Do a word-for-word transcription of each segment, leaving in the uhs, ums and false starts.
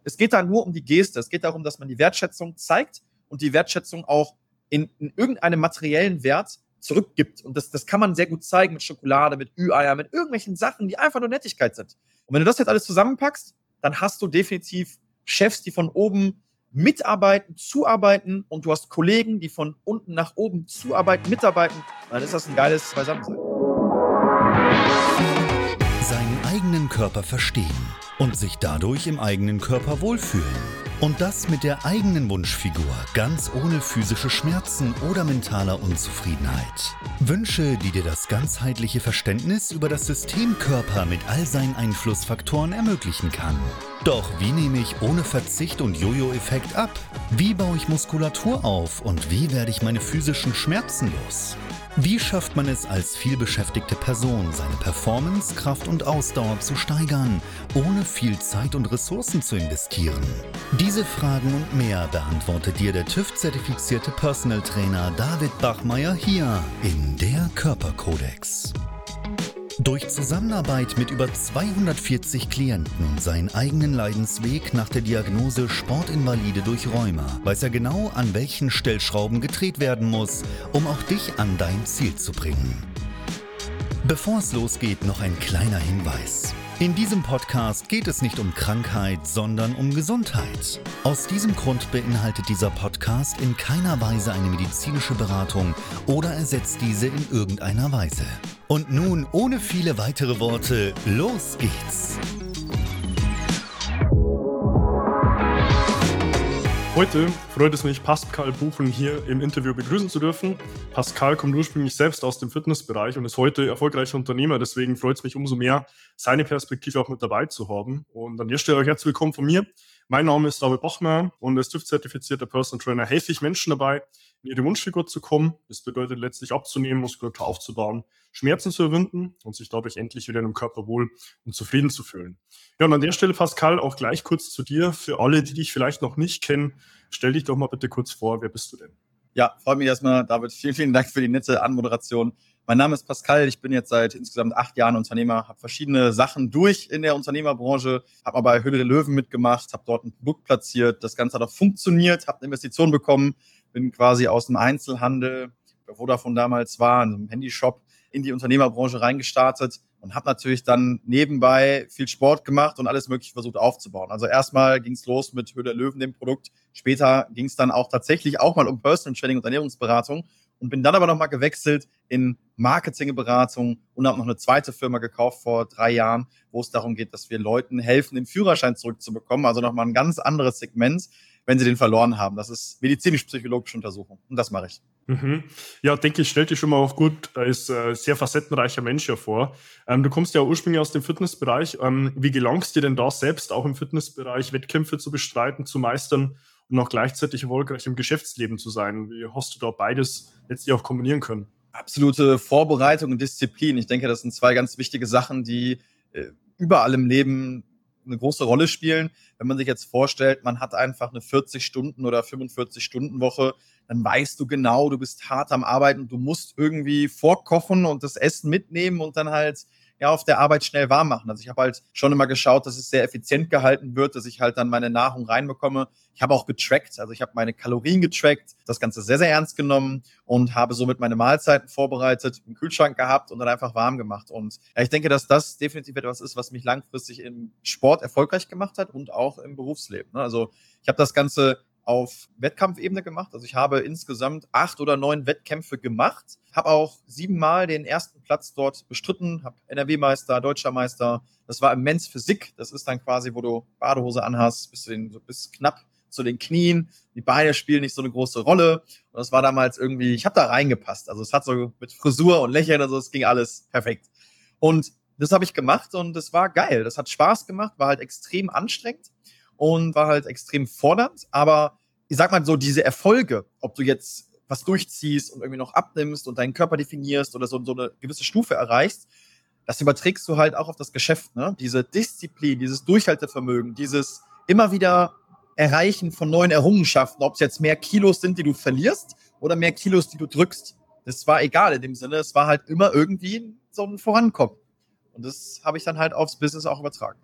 Es geht da nur um die Geste. Es geht darum, dass man die Wertschätzung zeigt und die Wertschätzung auch in, in irgendeinem materiellen Wert zurückgibt. Und das, das kann man sehr gut zeigen mit Schokolade, mit Ü-Eier, mit irgendwelchen Sachen, die einfach nur Nettigkeit sind. Und wenn du das jetzt alles zusammenpackst, dann hast du definitiv Chefs, die von oben mitarbeiten, zuarbeiten und du hast Kollegen, die von unten nach oben zuarbeiten, mitarbeiten. Dann ist das ein geiles Beisammensein. Seinen eigenen Körper verstehen und sich dadurch im eigenen Körper wohlfühlen. Und das mit der eigenen Wunschfigur, ganz ohne physische Schmerzen oder mentaler Unzufriedenheit. Wünsche, die dir das ganzheitliche Verständnis über das System Körper mit all seinen Einflussfaktoren ermöglichen kann. Doch wie nehme ich ohne Verzicht und Jojo-Effekt ab? Wie baue ich Muskulatur auf und wie werde ich meine physischen Schmerzen los? Wie schafft man es als vielbeschäftigte Person, seine Performance, Kraft und Ausdauer zu steigern, ohne viel Zeit und Ressourcen zu investieren? Diese Fragen und mehr beantwortet dir der TÜV-zertifizierte Personal Trainer David Bachmeier hier in der Körperkodex. Durch Zusammenarbeit mit über zweihundertvierzig Klienten und seinen eigenen Leidensweg nach der Diagnose Sportinvalide durch Rheuma weiß er genau, an welchen Stellschrauben gedreht werden muss, um auch dich an dein Ziel zu bringen. Bevor es losgeht, noch ein kleiner Hinweis. In diesem Podcast geht es nicht um Krankheit, sondern um Gesundheit. Aus diesem Grund beinhaltet dieser Podcast in keiner Weise eine medizinische Beratung oder ersetzt diese in irgendeiner Weise. Und nun, ohne viele weitere Worte, los geht's! Heute freut es mich, Pascal Buchen hier im Interview begrüßen zu dürfen. Pascal kommt ursprünglich selbst aus dem Fitnessbereich und ist heute erfolgreicher Unternehmer. Deswegen freut es mich umso mehr, seine Perspektive auch mit dabei zu haben. Und an der Stelle auch herzlich willkommen von mir. Mein Name ist David Bachmeier und als TÜV-zertifizierter Personal Trainer helfe ich Menschen dabei, in ihre Wunschfigur zu kommen. Das bedeutet letztlich abzunehmen, Muskulatur aufzubauen, Schmerzen zu überwinden und sich dadurch endlich wieder in dem Körper wohl und zufrieden zu fühlen. Ja, und an der Stelle, Pascal, auch gleich kurz zu dir. Für alle, die dich vielleicht noch nicht kennen, stell dich doch mal bitte kurz vor. Wer bist du denn? Ja, freut mich erstmal, David. Vielen, vielen Dank für die nette Anmoderation. Mein Name ist Pascal. Ich bin jetzt seit insgesamt acht Jahren Unternehmer, habe verschiedene Sachen durch in der Unternehmerbranche, habe mal bei Höhle der Löwen mitgemacht, habe dort ein Produkt platziert. Das Ganze hat auch funktioniert, habe eine Investition bekommen, bin quasi aus dem Einzelhandel, wo Vodafone damals war, in einem Handyshop, in die Unternehmerbranche reingestartet und habe natürlich dann nebenbei viel Sport gemacht und alles Mögliche versucht aufzubauen. Also erstmal ging es los mit Höhle der Löwen, dem Produkt. Später ging es dann auch tatsächlich auch mal um Personal Training und Ernährungsberatung und bin dann aber nochmal gewechselt in Marketingberatung und habe noch eine zweite Firma gekauft vor drei Jahren, wo es darum geht, dass wir Leuten helfen, den Führerschein zurückzubekommen. Also nochmal ein ganz anderes Segment, wenn sie den verloren haben. Das ist medizinisch-psychologische Untersuchung und das mache ich. Mhm. Ja, denke ich, stellt dich schon mal auch gut als äh, sehr facettenreicher Mensch hervor. Ähm, du kommst ja ursprünglich aus dem Fitnessbereich. Ähm, wie gelangst dir denn da selbst auch im Fitnessbereich Wettkämpfe zu bestreiten, zu meistern und auch gleichzeitig erfolgreich im Geschäftsleben zu sein? Wie hast du da beides letztlich auch kombinieren können? Absolute Vorbereitung und Disziplin. Ich denke, das sind zwei ganz wichtige Sachen, die äh, überall im Leben eine große Rolle spielen. Wenn man sich jetzt vorstellt, man hat einfach eine vierzig Stunden oder fünfundvierzig Stunden Woche, dann weißt du genau, du bist hart am Arbeiten, du musst irgendwie vorkochen und das Essen mitnehmen und dann halt ja auf der Arbeit schnell warm machen. Also ich habe halt schon immer geschaut, dass es sehr effizient gehalten wird, dass ich halt dann meine Nahrung reinbekomme. Ich habe auch getrackt, also ich habe meine Kalorien getrackt, das Ganze sehr, sehr ernst genommen und habe somit meine Mahlzeiten vorbereitet, im Kühlschrank gehabt und dann einfach warm gemacht. Und ja, ich denke, dass das definitiv etwas ist, was mich langfristig im Sport erfolgreich gemacht hat und auch im Berufsleben. Also ich habe das Ganze auf Wettkampfebene gemacht. Also ich habe insgesamt acht oder neun Wettkämpfe gemacht, habe auch siebenmal den ersten Platz dort bestritten, habe N R W-Meister, Deutscher Meister. Das war im Men's Physik. Das ist dann quasi, wo du Badehose anhast, bis, den, so bis knapp zu den Knien. Die Beine spielen nicht so eine große Rolle. Und das war damals irgendwie, ich habe da reingepasst. Also es hat so mit Frisur und Lächeln und so, es ging alles perfekt. Und das habe ich gemacht und das war geil. Das hat Spaß gemacht, war halt extrem anstrengend und war halt extrem fordernd, aber ich sag mal so, diese Erfolge, ob du jetzt was durchziehst und irgendwie noch abnimmst und deinen Körper definierst oder so, so eine gewisse Stufe erreichst, das überträgst du halt auch auf das Geschäft, ne? Diese Disziplin, dieses Durchhaltevermögen, dieses immer wieder Erreichen von neuen Errungenschaften, ob es jetzt mehr Kilos sind, die du verlierst oder mehr Kilos, die du drückst. Das war egal in dem Sinne, es war halt immer irgendwie so ein Vorankommen. Und das habe ich dann halt aufs Business auch übertragen.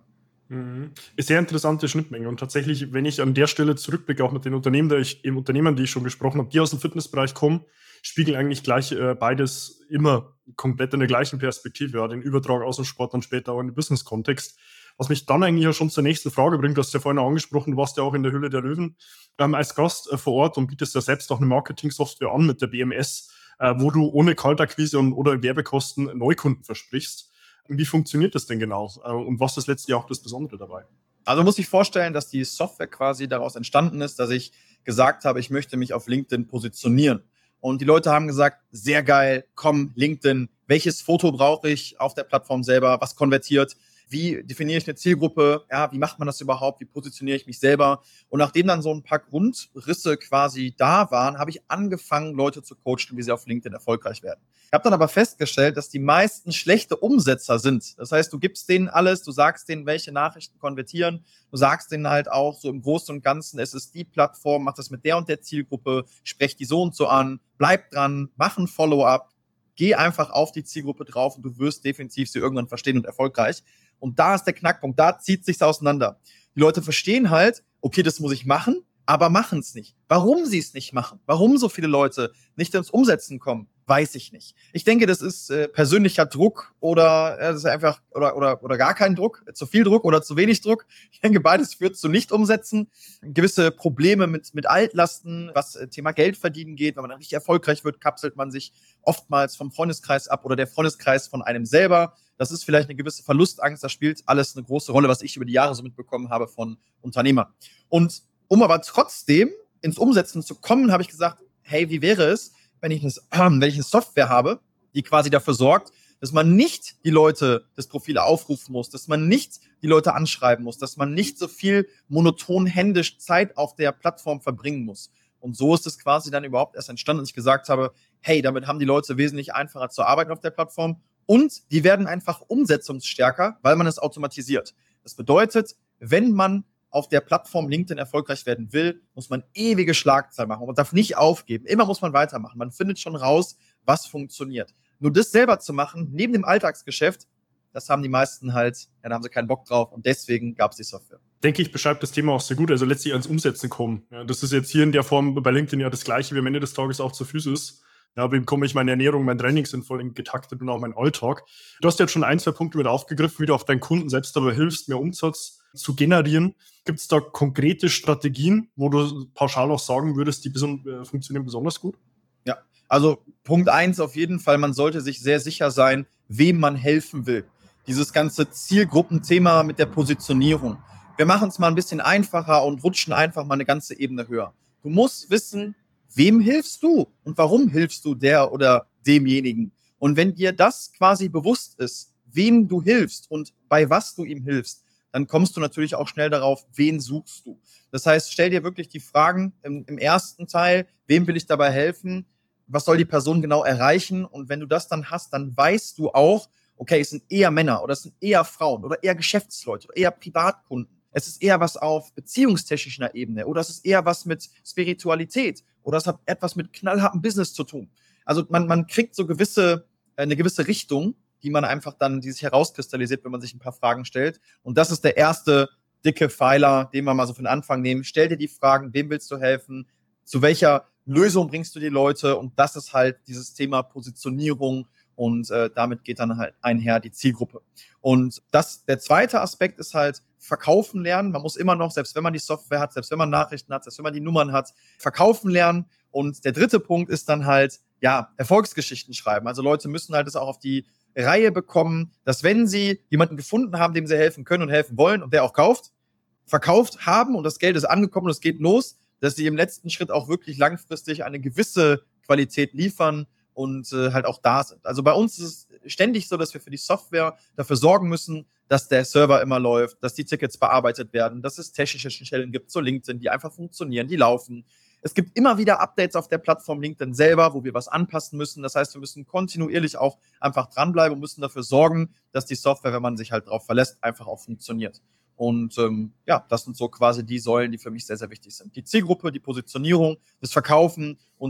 Mhm. Ist sehr interessante Schnittmenge. Und tatsächlich, wenn ich an der Stelle zurückblicke, auch mit den Unternehmen, der ich, eben Unternehmern, die ich schon gesprochen habe, die aus dem Fitnessbereich kommen, spiegeln eigentlich gleich äh, beides immer komplett in der gleichen Perspektive, ja, den Übertrag aus dem Sport dann später auch in den Business-Kontext. Was mich dann eigentlich ja schon zur nächsten Frage bringt, du hast ja vorhin auch angesprochen, du warst ja auch in der Höhle der Löwen ähm, als Gast äh, vor Ort und bietest ja selbst auch eine Marketing-Software an mit der B M S, äh, wo du ohne Kaltakquise und oder Werbekosten Neukunden versprichst. Wie funktioniert das denn genau? Äh, Und was ist letztlich auch das Besondere dabei? Also muss ich vorstellen, dass die Software quasi daraus entstanden ist, dass ich gesagt habe, ich möchte mich auf LinkedIn positionieren. Und die Leute haben gesagt, sehr geil, komm, LinkedIn, welches Foto brauche ich auf der Plattform selber, was konvertiert, wie definiere ich eine Zielgruppe, ja, wie macht man das überhaupt, wie positioniere ich mich selber. Und nachdem dann so ein paar Grundrisse quasi da waren, habe ich angefangen, Leute zu coachen, wie sie auf LinkedIn erfolgreich werden. Ich habe dann aber festgestellt, dass die meisten schlechte Umsetzer sind. Das heißt, du gibst denen alles, du sagst denen, welche Nachrichten konvertieren, du sagst denen halt auch so im Großen und Ganzen, es ist die Plattform, mach das mit der und der Zielgruppe, sprech die so und so an, bleib dran, mach ein Follow-up, geh einfach auf die Zielgruppe drauf und du wirst definitiv sie irgendwann verstehen und erfolgreich. Und da ist der Knackpunkt, da zieht sich's auseinander. Die Leute verstehen halt, okay, das muss ich machen, aber machen es nicht. Warum sie es nicht machen, warum so viele Leute nicht ins Umsetzen kommen, weiß ich nicht. Ich denke, das ist äh, persönlicher Druck oder äh, das ist einfach oder oder oder gar kein Druck, zu viel Druck oder zu wenig Druck. Ich denke, beides führt zu Nicht-Umsetzen. Gewisse Probleme mit mit Altlasten, was äh, Thema Geld verdienen geht. Wenn man dann richtig erfolgreich wird, kapselt man sich oftmals vom Freundeskreis ab oder der Freundeskreis von einem selber. Das ist vielleicht eine gewisse Verlustangst. Das spielt alles eine große Rolle, was ich über die Jahre so mitbekommen habe von Unternehmern. Und um aber trotzdem ins Umsetzen zu kommen, habe ich gesagt, hey, wie wäre es, wenn ich, eine, wenn ich eine Software habe, die quasi dafür sorgt, dass man nicht die Leute das Profil aufrufen muss, dass man nicht die Leute anschreiben muss, dass man nicht so viel monoton händisch Zeit auf der Plattform verbringen muss. Und so ist es quasi dann überhaupt erst entstanden, dass ich gesagt habe, hey, damit haben die Leute wesentlich einfacher zu arbeiten auf der Plattform und die werden einfach umsetzungsstärker, weil man es automatisiert. Das bedeutet, wenn man auf der Plattform LinkedIn erfolgreich werden will, muss man ewige Schlagzeilen machen und darf nicht aufgeben. Immer muss man weitermachen. Man findet schon raus, was funktioniert. Nur das selber zu machen, neben dem Alltagsgeschäft, das haben die meisten halt, ja, da haben sie keinen Bock drauf und deswegen gab es die Software. Denke ich, beschreibt das Thema auch sehr gut. Also letztlich ans Umsetzen kommen. Ja, das ist jetzt hier in der Form bei LinkedIn ja das Gleiche, wie am Ende des Tages auch zur Physis. Ja, wie bekomme ich meine Ernährung, mein Training sinnvoll getaktet und auch mein Alltag. Du hast jetzt schon ein, zwei Punkte mit aufgegriffen, wie du auf deinen Kunden selbst dabei hilfst, mehr Umsatz zu generieren. Gibt es da konkrete Strategien, wo du pauschal auch sagen würdest, die beson- äh, funktionieren besonders gut? Ja, also Punkt eins auf jeden Fall, man sollte sich sehr sicher sein, wem man helfen will. Dieses ganze Zielgruppenthema mit der Positionierung. Wir machen es mal ein bisschen einfacher und rutschen einfach mal eine ganze Ebene höher. Du musst wissen, wem hilfst du und warum hilfst du der oder demjenigen? Und wenn dir das quasi bewusst ist, wem du hilfst und bei was du ihm hilfst, dann kommst du natürlich auch schnell darauf, wen suchst du. Das heißt, stell dir wirklich die Fragen im, im ersten Teil, wem will ich dabei helfen? Was soll die Person genau erreichen? Und wenn du das dann hast, dann weißt du auch, okay, es sind eher Männer oder es sind eher Frauen oder eher Geschäftsleute oder eher Privatkunden. Es ist eher was auf beziehungstechnischer Ebene oder es ist eher was mit Spiritualität oder es hat etwas mit knallhartem Business zu tun. Also man, man kriegt so gewisse, eine gewisse Richtung, die man einfach dann, die sich herauskristallisiert, wenn man sich ein paar Fragen stellt. Und das ist der erste dicke Pfeiler, den wir mal so für den Anfang nehmen. Stell dir die Fragen, wem willst du helfen? Zu welcher Lösung bringst du die Leute? Und das ist halt dieses Thema Positionierung. Und äh, damit geht dann halt einher die Zielgruppe. Und das, der zweite Aspekt ist halt verkaufen lernen. Man muss immer noch, selbst wenn man die Software hat, selbst wenn man Nachrichten hat, selbst wenn man die Nummern hat, verkaufen lernen. Und der dritte Punkt ist dann halt, ja, Erfolgsgeschichten schreiben. Also Leute müssen halt das auch auf die Reihe bekommen, dass wenn sie jemanden gefunden haben, dem sie helfen können und helfen wollen und der auch kauft, verkauft haben und das Geld ist angekommen und es geht los, dass sie im letzten Schritt auch wirklich langfristig eine gewisse Qualität liefern und äh, halt auch da sind. Also bei uns ist es ständig so, dass wir für die Software dafür sorgen müssen, dass der Server immer läuft, dass die Tickets bearbeitet werden, dass es technische Schnittstellen gibt zu LinkedIn, die einfach funktionieren, die laufen. Es gibt immer wieder Updates auf der Plattform LinkedIn selber, wo wir was anpassen müssen. Das heißt, wir müssen kontinuierlich auch einfach dranbleiben und müssen dafür sorgen, dass die Software, wenn man sich halt drauf verlässt, einfach auch funktioniert. Und ähm, ja, das sind so quasi die Säulen, die für mich sehr, sehr wichtig sind. Die Zielgruppe, die Positionierung, das Verkaufen und das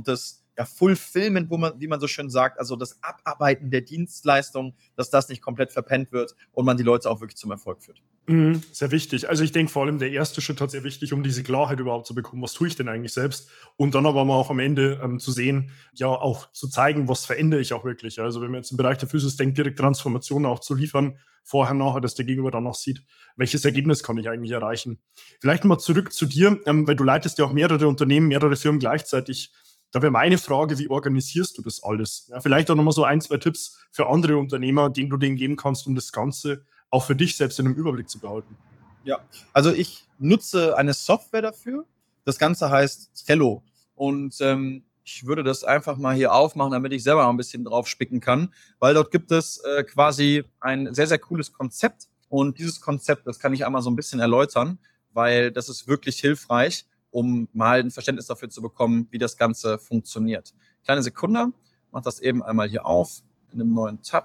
ja, Fulfillment, wo man, wie man so schön sagt, also das Abarbeiten der Dienstleistung, dass das nicht komplett verpennt wird und man die Leute auch wirklich zum Erfolg führt. Mhm, sehr wichtig. Also ich denke vor allem, der erste Schritt hat sehr wichtig, um diese Klarheit überhaupt zu bekommen, was tue ich denn eigentlich selbst? Und dann aber mal auch am Ende ähm, zu sehen, ja auch zu zeigen, was verändere ich auch wirklich. Also wenn man jetzt im Bereich der Physis denkt, direkt Transformationen auch zu liefern, vorher, nachher, dass der Gegenüber dann auch sieht, welches Ergebnis kann ich eigentlich erreichen. Vielleicht mal zurück zu dir, ähm, weil du leitest ja auch mehrere Unternehmen, mehrere Firmen gleichzeitig. Da wäre meine Frage, wie organisierst du das alles? Ja, vielleicht auch nochmal so ein, zwei Tipps für andere Unternehmer, denen du denen geben kannst, um das Ganze auch für dich selbst in einem Überblick zu behalten. Ja, also ich nutze eine Software dafür. Das Ganze heißt Trello. Und ähm, ich würde das einfach mal hier aufmachen, damit ich selber noch ein bisschen drauf spicken kann, weil dort gibt es äh, quasi ein sehr, sehr cooles Konzept. Und dieses Konzept, das kann ich einmal so ein bisschen erläutern, weil das ist wirklich hilfreich, um mal ein Verständnis dafür zu bekommen, wie das Ganze funktioniert. Kleine Sekunde, mach das eben einmal hier auf, in einem neuen Tab.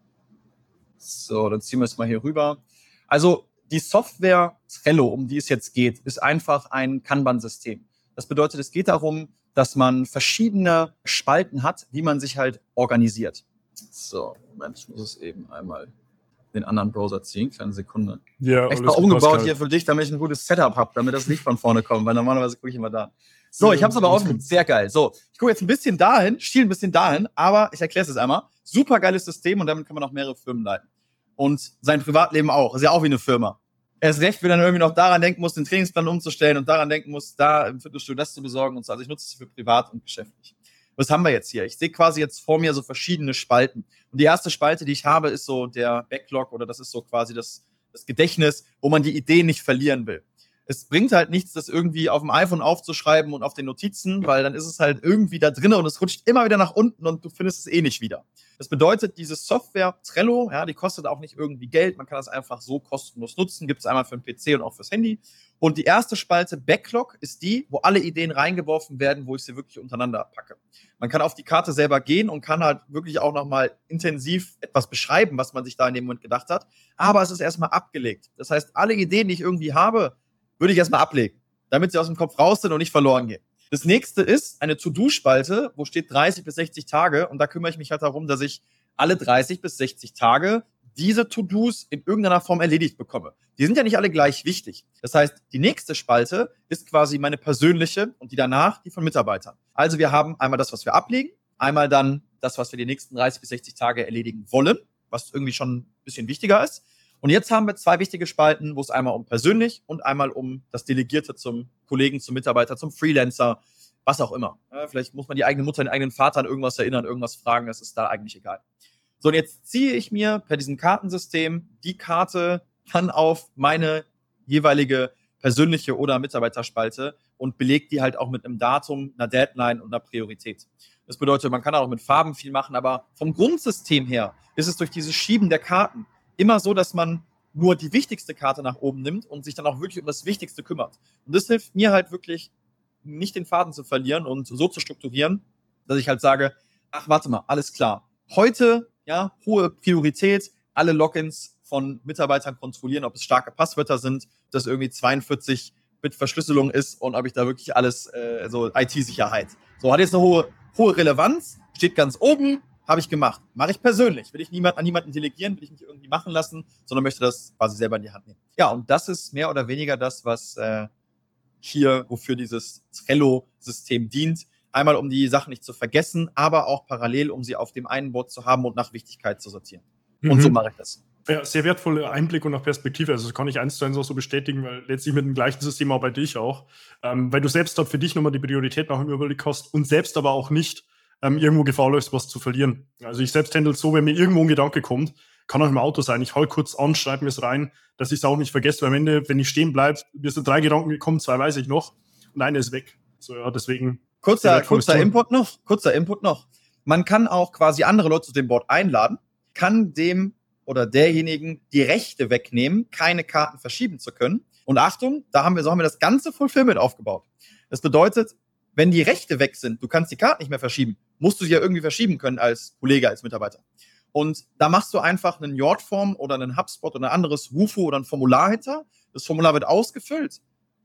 So, dann ziehen wir es mal hier rüber. Also die Software Trello, um die es jetzt geht, ist einfach ein Kanban-System. Das bedeutet, es geht darum, dass man verschiedene Spalten hat, wie man sich halt organisiert. So, Moment, ich muss es eben einmal den anderen Browser ziehen. Kleine Sekunde. Ja, extra umgebaut hier für dich, damit ich ein gutes Setup habe, damit das Licht von vorne kommt, weil normalerweise gucke ich immer da. So, ich habe es aber offen. Sehr geil. So, ich gucke jetzt ein bisschen dahin, schiel ein bisschen dahin, aber ich erkläre es jetzt einmal. Super geiles System und damit kann man auch mehrere Firmen leiten. Und sein Privatleben auch. Ist ja auch wie eine Firma. Erst recht, wenn er dann irgendwie noch daran denken muss, den Trainingsplan umzustellen und daran denken muss, da im Fitnessstudio das zu besorgen und so. Also ich nutze es für privat und geschäftlich. Was haben wir jetzt hier? Ich sehe quasi jetzt vor mir so verschiedene Spalten. Und die erste Spalte, die ich habe, ist so der Backlog oder das ist so quasi das, das Gedächtnis, wo man die Ideen nicht verlieren will. Es bringt halt nichts, das irgendwie auf dem iPhone aufzuschreiben und auf den Notizen, weil dann ist es halt irgendwie da drin und es rutscht immer wieder nach unten und du findest es eh nicht wieder. Das bedeutet, diese Software Trello, ja, die kostet auch nicht irgendwie Geld, man kann das einfach so kostenlos nutzen, gibt es einmal für den P C und auch fürs Handy. Und die erste Spalte Backlog ist die, wo alle Ideen reingeworfen werden, wo ich sie wirklich untereinander packe. Man kann auf die Karte selber gehen und kann halt wirklich auch nochmal intensiv etwas beschreiben, was man sich da in dem Moment gedacht hat. Aber es ist erstmal abgelegt. Das heißt, alle Ideen, die ich irgendwie habe, würde ich erstmal ablegen, damit sie aus dem Kopf raus sind und nicht verloren gehen. Das nächste ist eine To-Do-Spalte, wo steht dreißig bis sechzig Tage. Und da kümmere ich mich halt darum, dass ich alle dreißig bis sechzig Tage diese To-Dos in irgendeiner Form erledigt bekomme. Die sind ja nicht alle gleich wichtig. Das heißt, die nächste Spalte ist quasi meine persönliche und die danach die von Mitarbeitern. Also wir haben einmal das, was wir ablegen, einmal dann das, was wir die nächsten dreißig bis sechzig Tage erledigen wollen, was irgendwie schon ein bisschen wichtiger ist. Und jetzt haben wir zwei wichtige Spalten, wo es einmal um persönlich und einmal um das Delegierte zum Kollegen, zum Mitarbeiter, zum Freelancer, was auch immer. Ja, vielleicht muss man die eigene Mutter, den eigenen Vater an irgendwas erinnern, irgendwas fragen, das ist da eigentlich egal. So, und jetzt ziehe ich mir per diesem Kartensystem die Karte dann auf meine jeweilige persönliche oder Mitarbeiterspalte und belege die halt auch mit einem Datum, einer Deadline und einer Priorität. Das bedeutet, man kann auch mit Farben viel machen, aber vom Grundsystem her ist es durch dieses Schieben der Karten immer so, dass man nur die wichtigste Karte nach oben nimmt und sich dann auch wirklich um das Wichtigste kümmert. Und das hilft mir halt wirklich, nicht den Faden zu verlieren und so zu strukturieren, dass ich halt sage, ach, warte mal, alles klar. Heute, ja, hohe Priorität, alle Logins von Mitarbeitern kontrollieren, ob es starke Passwörter sind, ob das irgendwie zweiundvierzig Bit Verschlüsselung ist und ob ich da wirklich alles, äh, so I T-Sicherheit. So, hat jetzt eine hohe, hohe Relevanz, steht ganz oben, habe ich gemacht. Mache ich persönlich. Will ich niemand, an niemanden delegieren, will ich nicht irgendwie machen lassen, sondern möchte das quasi selber in die Hand nehmen. Ja, und das ist mehr oder weniger das, was äh, hier, wofür dieses Trello-System dient. Einmal, um die Sachen nicht zu vergessen, aber auch parallel, um sie auf dem einen Board zu haben und nach Wichtigkeit zu sortieren. Mhm. Und so mache ich das. Ja, sehr wertvoller Einblick und auch Perspektive. Also das kann ich eins zu eins auch so bestätigen, weil letztlich mit dem gleichen System arbeite ich auch. Ähm, weil du selbst dort für dich nochmal die Priorität nach dem Überblick hast und selbst aber auch nicht ähm, irgendwo Gefahr läufst, was zu verlieren. Also ich selbst handle es so, wenn mir irgendwo ein Gedanke kommt, kann auch im Auto sein, ich halte kurz an, schreibe mir es rein, dass ich es auch nicht vergesse, weil am Ende, wenn ich stehen bleibe, mir sind drei Gedanken gekommen, zwei weiß ich noch und eine ist weg. So, ja, deswegen. Kurzer, kurzer Input noch, kurzer Input noch. Man kann auch quasi andere Leute zu dem Board einladen, kann dem oder derjenigen die Rechte wegnehmen, keine Karten verschieben zu können. Und Achtung, da haben wir, so haben wir das ganze Fulfillment aufgebaut. Das bedeutet, wenn die Rechte weg sind, du kannst die Karten nicht mehr verschieben, musst du sie ja irgendwie verschieben können als Kollege, als Mitarbeiter. Und da machst du einfach einen Yard-Form oder einen HubSpot oder ein anderes Wufo oder ein Formular hinter. Das Formular wird ausgefüllt.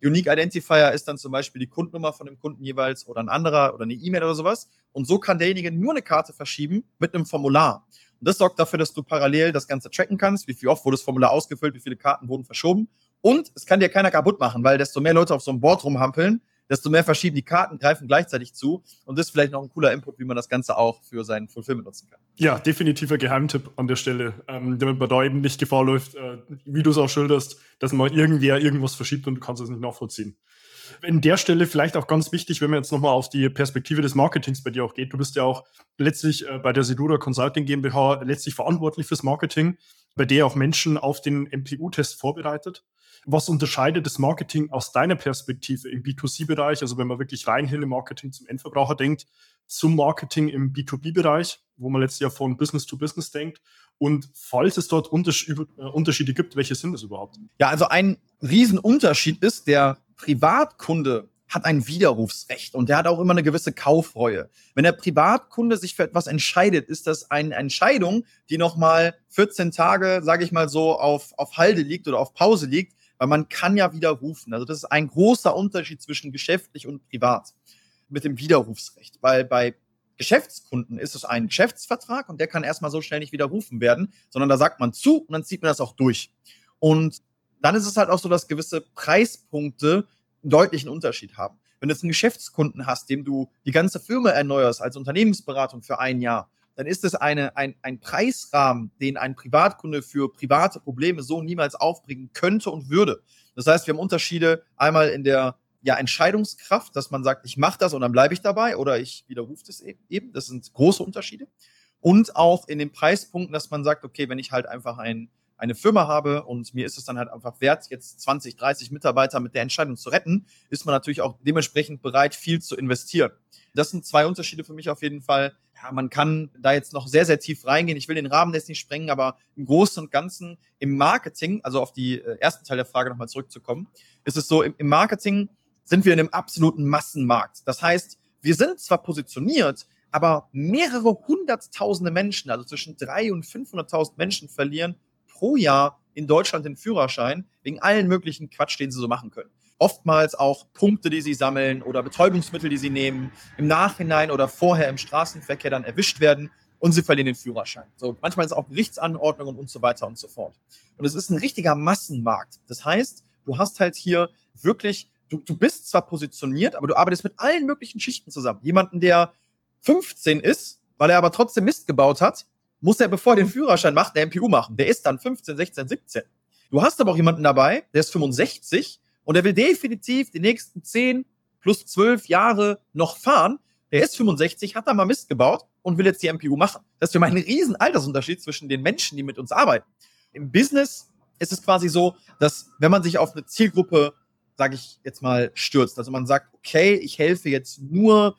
Unique Identifier ist dann zum Beispiel die Kundennummer von dem Kunden jeweils oder ein anderer oder eine E-Mail oder sowas. Und so kann derjenige nur eine Karte verschieben mit einem Formular. Und das sorgt dafür, dass du parallel das Ganze tracken kannst, wie viel oft wurde das Formular ausgefüllt, wie viele Karten wurden verschoben. Und es kann dir keiner kaputt machen, weil desto mehr Leute auf so einem Board rumhampeln, desto mehr verschieben die Karten, greifen gleichzeitig zu. Und das ist vielleicht noch ein cooler Input, wie man das Ganze auch für seinen Fulfillment nutzen kann. Ja, definitiver Geheimtipp an der Stelle, ähm, damit man da eben nicht Gefahr läuft, äh, wie du es auch schilderst, dass mal irgendwer irgendwas verschiebt und du kannst es nicht nachvollziehen. An der Stelle vielleicht auch ganz wichtig, wenn man jetzt nochmal auf die Perspektive des Marketings bei dir auch geht. Du bist ja auch letztlich äh, bei der Sedura Consulting GmbH letztlich verantwortlich fürs Marketing, bei der auch Menschen auf den M P U-Test vorbereitet. Was unterscheidet das Marketing aus deiner Perspektive im B zwei C-Bereich, also wenn man wirklich rein hin im Marketing zum Endverbraucher denkt, zum Marketing im B zwei B-Bereich, wo man letztlich ja von Business to Business denkt? Und falls es dort Unterschiede, äh, Unterschiede gibt, welche sind das überhaupt? Ja, also ein Riesenunterschied ist, der Privatkunde hat ein Widerrufsrecht und der hat auch immer eine gewisse Kaufreue. Wenn der Privatkunde sich für etwas entscheidet, ist das eine Entscheidung, die nochmal vierzehn Tage, sage ich mal so, auf, auf Halde liegt oder auf Pause liegt, weil man kann ja widerrufen. Also das ist ein großer Unterschied zwischen geschäftlich und privat mit dem Widerrufsrecht, weil bei Geschäftskunden ist es ein Geschäftsvertrag und der kann erstmal so schnell nicht widerrufen werden, sondern da sagt man zu und dann zieht man das auch durch. Und dann ist es halt auch so, dass gewisse Preispunkte einen deutlichen Unterschied haben. Wenn du jetzt einen Geschäftskunden hast, dem du die ganze Firma erneuerst als Unternehmensberatung für ein Jahr, dann ist es eine, ein, ein Preisrahmen, den ein Privatkunde für private Probleme so niemals aufbringen könnte und würde. Das heißt, wir haben Unterschiede einmal in der ja, Entscheidungskraft, dass man sagt, ich mache das und dann bleibe ich dabei oder ich widerrufe das eben. Das sind große Unterschiede. Und auch in den Preispunkten, dass man sagt, okay, wenn ich halt einfach ein, eine Firma habe und mir ist es dann halt einfach wert, jetzt zwanzig, dreißig Mitarbeiter mit der Entscheidung zu retten, ist man natürlich auch dementsprechend bereit, viel zu investieren. Das sind zwei Unterschiede für mich auf jeden Fall. Ja, man kann da jetzt noch sehr, sehr tief reingehen. Ich will den Rahmen jetzt nicht sprengen, aber im Großen und Ganzen im Marketing, also auf die äh, ersten Teil der Frage nochmal zurückzukommen, ist es so, im, im Marketing sind wir in einem absoluten Massenmarkt. Das heißt, wir sind zwar positioniert, aber mehrere hunderttausende Menschen, also zwischen dreihunderttausend und fünfhunderttausend Menschen verlieren pro Jahr in Deutschland den Führerschein wegen allen möglichen Quatsch, den sie so machen können. Oftmals auch Punkte, die sie sammeln oder Betäubungsmittel, die sie nehmen, im Nachhinein oder vorher im Straßenverkehr dann erwischt werden und sie verlieren den Führerschein. So, manchmal ist es auch Gerichtsanordnungen und so weiter und so fort. Und es ist ein richtiger Massenmarkt. Das heißt, du hast halt hier wirklich, du, du bist zwar positioniert, aber du arbeitest mit allen möglichen Schichten zusammen. Jemanden, der fünfzehn ist, weil er aber trotzdem Mist gebaut hat, muss er, bevor er den Führerschein macht, eine M P U machen. Der ist dann fünfzehn, sechzehn, siebzehn. Du hast aber auch jemanden dabei, der ist fünfundsechzig und der will definitiv die nächsten zehn plus zwölf Jahre noch fahren. Der ist fünfundsechzig, hat da mal Mist gebaut und will jetzt die M P U machen. Das ist für mich ein riesen Altersunterschied zwischen den Menschen, die mit uns arbeiten. Im Business ist es quasi so, dass wenn man sich auf eine Zielgruppe, sage ich jetzt mal, stürzt, also man sagt, okay, ich helfe jetzt nur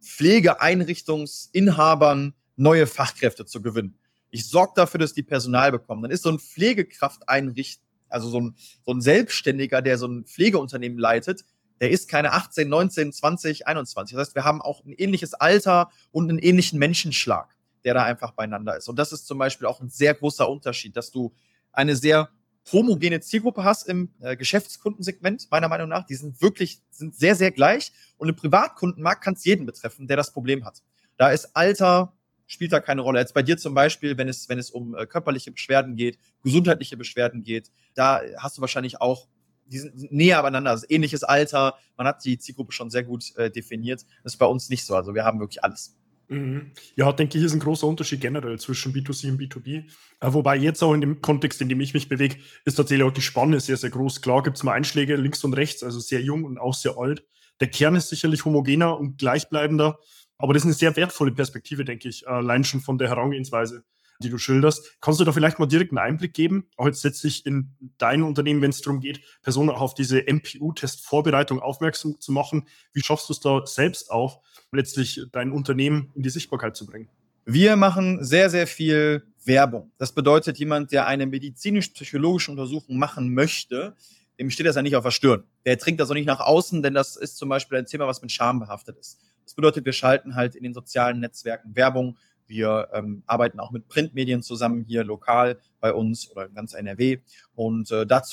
Pflegeeinrichtungsinhabern, neue Fachkräfte zu gewinnen. Ich sorge dafür, dass die Personal bekommen. Dann ist so ein Pflegekrafteinricht, also so ein, so ein Selbstständiger, der so ein Pflegeunternehmen leitet, der ist keine achtzehn, neunzehn, zwanzig, einundzwanzig. Das heißt, wir haben auch ein ähnliches Alter und einen ähnlichen Menschenschlag, der da einfach beieinander ist. Und das ist zum Beispiel auch ein sehr großer Unterschied, dass du eine sehr homogene Zielgruppe hast im äh, Geschäftskundensegment, meiner Meinung nach. Die sind wirklich, sind sehr, sehr gleich. Und im Privatkundenmarkt kann es jeden betreffen, der das Problem hat. Da ist Alter, spielt da keine Rolle. Jetzt bei dir zum Beispiel, wenn es, wenn es um äh, körperliche Beschwerden geht, gesundheitliche Beschwerden geht, da hast du wahrscheinlich auch, die sind näher beieinander, also ähnliches Alter, man hat die Zielgruppe schon sehr gut äh, definiert. Das ist bei uns nicht so, also wir haben wirklich alles. Mhm. Ja, denke ich, ist ein großer Unterschied generell zwischen B zwei C und B zwei B. Äh, wobei jetzt auch in dem Kontext, in dem ich mich bewege, ist tatsächlich auch die Spanne sehr, sehr groß. Klar gibt es mal Einschläge links und rechts, also sehr jung und auch sehr alt. Der Kern ist sicherlich homogener und gleichbleibender. Aber das ist eine sehr wertvolle Perspektive, denke ich, allein schon von der Herangehensweise, die du schilderst. Kannst du da vielleicht mal direkt einen Einblick geben, auch jetzt letztlich in dein Unternehmen, wenn es darum geht, Personen auch auf diese M P U-Test-Vorbereitung aufmerksam zu machen? Wie schaffst du es da selbst auch, letztlich dein Unternehmen in die Sichtbarkeit zu bringen? Wir machen sehr, sehr viel Werbung. Das bedeutet, jemand, der eine medizinisch-psychologische Untersuchung machen möchte, dem steht das ja nicht auf der Stirn. Der trinkt das auch nicht nach außen, denn das ist zum Beispiel ein Thema, was mit Scham behaftet ist. Das bedeutet, wir schalten halt in den sozialen Netzwerken Werbung. Wir ähm, arbeiten auch mit Printmedien zusammen hier lokal bei uns oder in ganz N R W. Und äh, dazu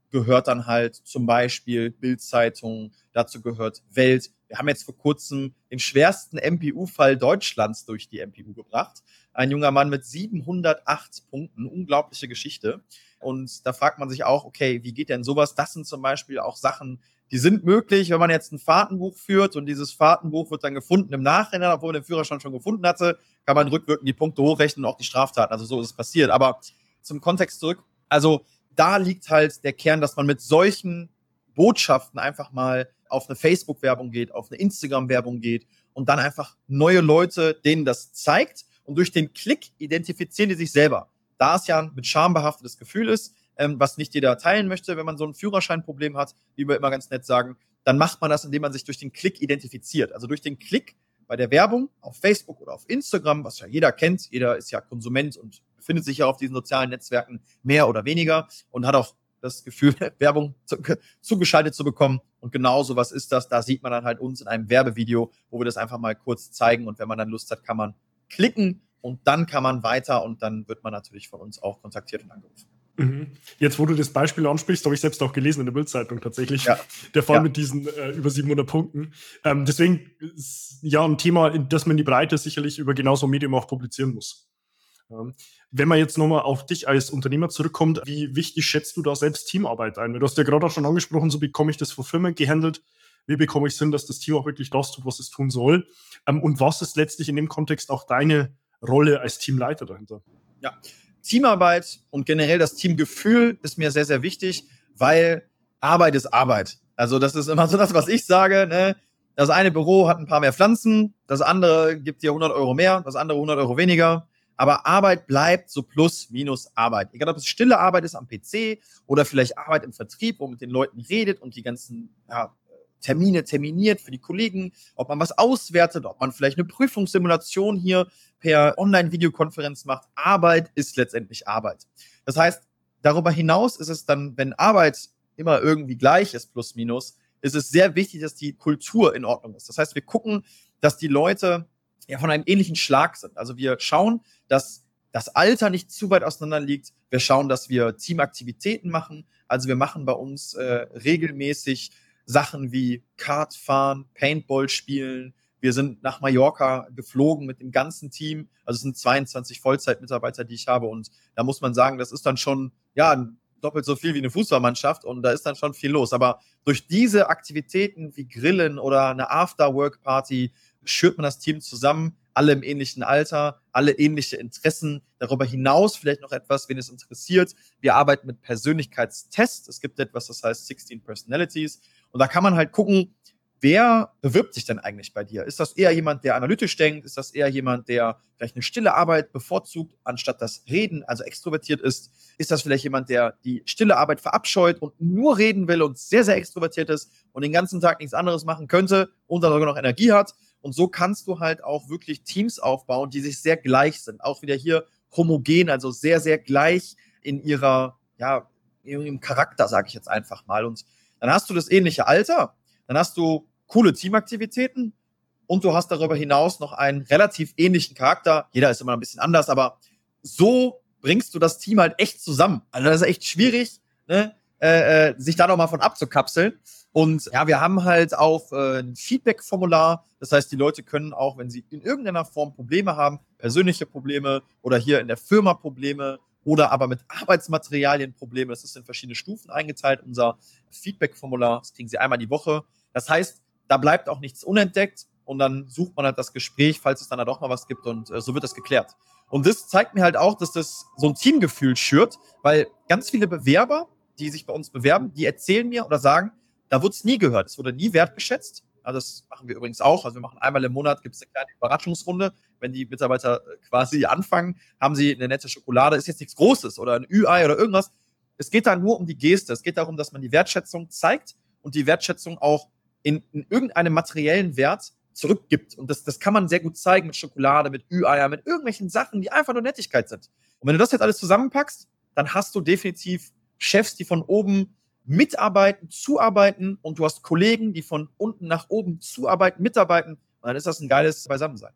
gehört dann halt zum Beispiel Bild-Zeitung, dazu gehört Welt. Wir haben jetzt vor kurzem den schwersten M P U-Fall Deutschlands durch die M P U gebracht. Ein junger Mann mit siebenhundertacht Punkten, unglaubliche Geschichte. Und da fragt man sich auch, okay, wie geht denn sowas? Das sind zum Beispiel auch Sachen, die sind möglich, wenn man jetzt ein Fahrtenbuch führt und dieses Fahrtenbuch wird dann gefunden im Nachhinein, obwohl man den Führerschein schon gefunden hatte, kann man rückwirkend die Punkte hochrechnen und auch die Straftaten. Also so ist es passiert. Aber zum Kontext zurück, also da liegt halt der Kern, dass man mit solchen Botschaften einfach mal auf eine Facebook-Werbung geht, auf eine Instagram-Werbung geht und dann einfach neue Leute, denen das zeigt. Und durch den Klick identifizieren die sich selber. Da es ja ein mit Scham behaftetes Gefühl ist, ähm, was nicht jeder teilen möchte, wenn man so ein Führerscheinproblem hat, wie wir immer ganz nett sagen, dann macht man das, indem man sich durch den Klick identifiziert. Also durch den Klick bei der Werbung auf Facebook oder auf Instagram, was ja jeder kennt, jeder ist ja Konsument und befindet sich ja auf diesen sozialen Netzwerken mehr oder weniger und hat auch das Gefühl, Werbung zu, zugeschaltet zu bekommen. Und genau so was ist das. Da sieht man dann halt uns in einem Werbevideo, wo wir das einfach mal kurz zeigen. Und wenn man dann Lust hat, kann man klicken und dann kann man weiter und dann wird man natürlich von uns auch kontaktiert und angerufen. Mhm. Jetzt, wo du das Beispiel ansprichst, habe ich selbst auch gelesen in der Bild-Zeitung tatsächlich, ja. der Fall ja. mit diesen äh, über siebenhundert Punkten. Ähm, deswegen ist ja ein Thema, in das man in die Breite sicherlich über genau so ein Medium auch publizieren muss. Ähm, wenn man jetzt nochmal auf dich als Unternehmer zurückkommt, wie wichtig schätzt du da selbst Teamarbeit ein? Du hast ja gerade auch schon angesprochen, so bekomme ich das von Firmen gehandelt, wie bekomme ich Sinn, dass das Team auch wirklich das tut, was es tun soll? Ähm, und was ist letztlich in dem Kontext auch deine Rolle als Teamleiter dahinter? Ja, Teamarbeit und generell das Teamgefühl ist mir sehr, sehr wichtig, weil Arbeit ist Arbeit. Also das ist immer so das, was ich sage. Ne? Das eine Büro hat ein paar mehr Pflanzen, das andere gibt dir hundert Euro mehr, das andere hundert Euro weniger. Aber Arbeit bleibt so plus minus Arbeit. Egal, ob es stille Arbeit ist am P C oder vielleicht Arbeit im Vertrieb, wo man mit den Leuten redet und die ganzen ja, Termine terminiert für die Kollegen, ob man was auswertet, ob man vielleicht eine Prüfungssimulation hier per Online-Videokonferenz macht. Arbeit ist letztendlich Arbeit. Das heißt, darüber hinaus ist es dann, wenn Arbeit immer irgendwie gleich ist, plus minus, ist es sehr wichtig, dass die Kultur in Ordnung ist. Das heißt, wir gucken, dass die Leute ja von einem ähnlichen Schlag sind. Also wir schauen, dass das Alter nicht zu weit auseinander liegt. Wir schauen, dass wir Teamaktivitäten machen. Also wir machen bei uns äh, regelmäßig Sachen wie Kart fahren, Paintball spielen. Wir sind nach Mallorca geflogen mit dem ganzen Team. Also es sind zweiundzwanzig Vollzeitmitarbeiter, die ich habe. Und da muss man sagen, das ist dann schon ja doppelt so viel wie eine Fußballmannschaft. Und da ist dann schon viel los. Aber durch diese Aktivitäten wie Grillen oder eine After-Work-Party schürt man das Team zusammen. Alle im ähnlichen Alter, alle ähnliche Interessen. Darüber hinaus vielleicht noch etwas, wen es interessiert. Wir arbeiten mit Persönlichkeitstests. Es gibt etwas, das heißt sixteen Personalities. Und da kann man halt gucken, wer bewirbt sich denn eigentlich bei dir? Ist das eher jemand, der analytisch denkt? Ist das eher jemand, der vielleicht eine stille Arbeit bevorzugt, anstatt das Reden, also extrovertiert ist? Ist das vielleicht jemand, der die stille Arbeit verabscheut und nur reden will und sehr, sehr extrovertiert ist und den ganzen Tag nichts anderes machen könnte und dann sogar noch Energie hat? Und so kannst du halt auch wirklich Teams aufbauen, die sich sehr gleich sind. Auch wieder hier homogen, also sehr, sehr gleich in ihrer, ja, in ihrem Charakter, sage ich jetzt einfach mal. Und dann hast du das ähnliche Alter, dann hast du coole Teamaktivitäten und du hast darüber hinaus noch einen relativ ähnlichen Charakter. Jeder ist immer ein bisschen anders, aber so bringst du das Team halt echt zusammen. Also das ist echt schwierig, ne? äh, äh, sich da nochmal von abzukapseln. Und ja, wir haben halt auch äh, ein Feedback-Formular. Das heißt, die Leute können auch, wenn sie in irgendeiner Form Probleme haben, persönliche Probleme oder hier in der Firma Probleme oder aber mit Arbeitsmaterialien Probleme, das ist in verschiedene Stufen eingeteilt, unser Feedback-Formular, das kriegen sie einmal die Woche. Das heißt, da bleibt auch nichts unentdeckt und dann sucht man halt das Gespräch, falls es dann da doch mal was gibt und äh, so wird das geklärt. Und das zeigt mir halt auch, dass das so ein Teamgefühl schürt, weil ganz viele Bewerber, die sich bei uns bewerben, die erzählen mir oder sagen, da wurde es nie gehört, es wurde nie wertgeschätzt. Also das machen wir übrigens auch. Also wir machen einmal im Monat, gibt es eine kleine Überraschungsrunde. Wenn die Mitarbeiter quasi anfangen, haben sie eine nette Schokolade. Ist jetzt nichts Großes oder ein Ü-Ei oder irgendwas. Es geht da nur um die Geste. Es geht darum, dass man die Wertschätzung zeigt und die Wertschätzung auch in, in irgendeinem materiellen Wert zurückgibt. Und das, das kann man sehr gut zeigen mit Schokolade, mit Ü-Eier, mit irgendwelchen Sachen, die einfach nur Nettigkeit sind. Und wenn du das jetzt alles zusammenpackst, dann hast du definitiv Chefs, die von oben mitarbeiten, zuarbeiten und du hast Kollegen, die von unten nach oben zuarbeiten, mitarbeiten und dann ist das ein geiles Beisammensein.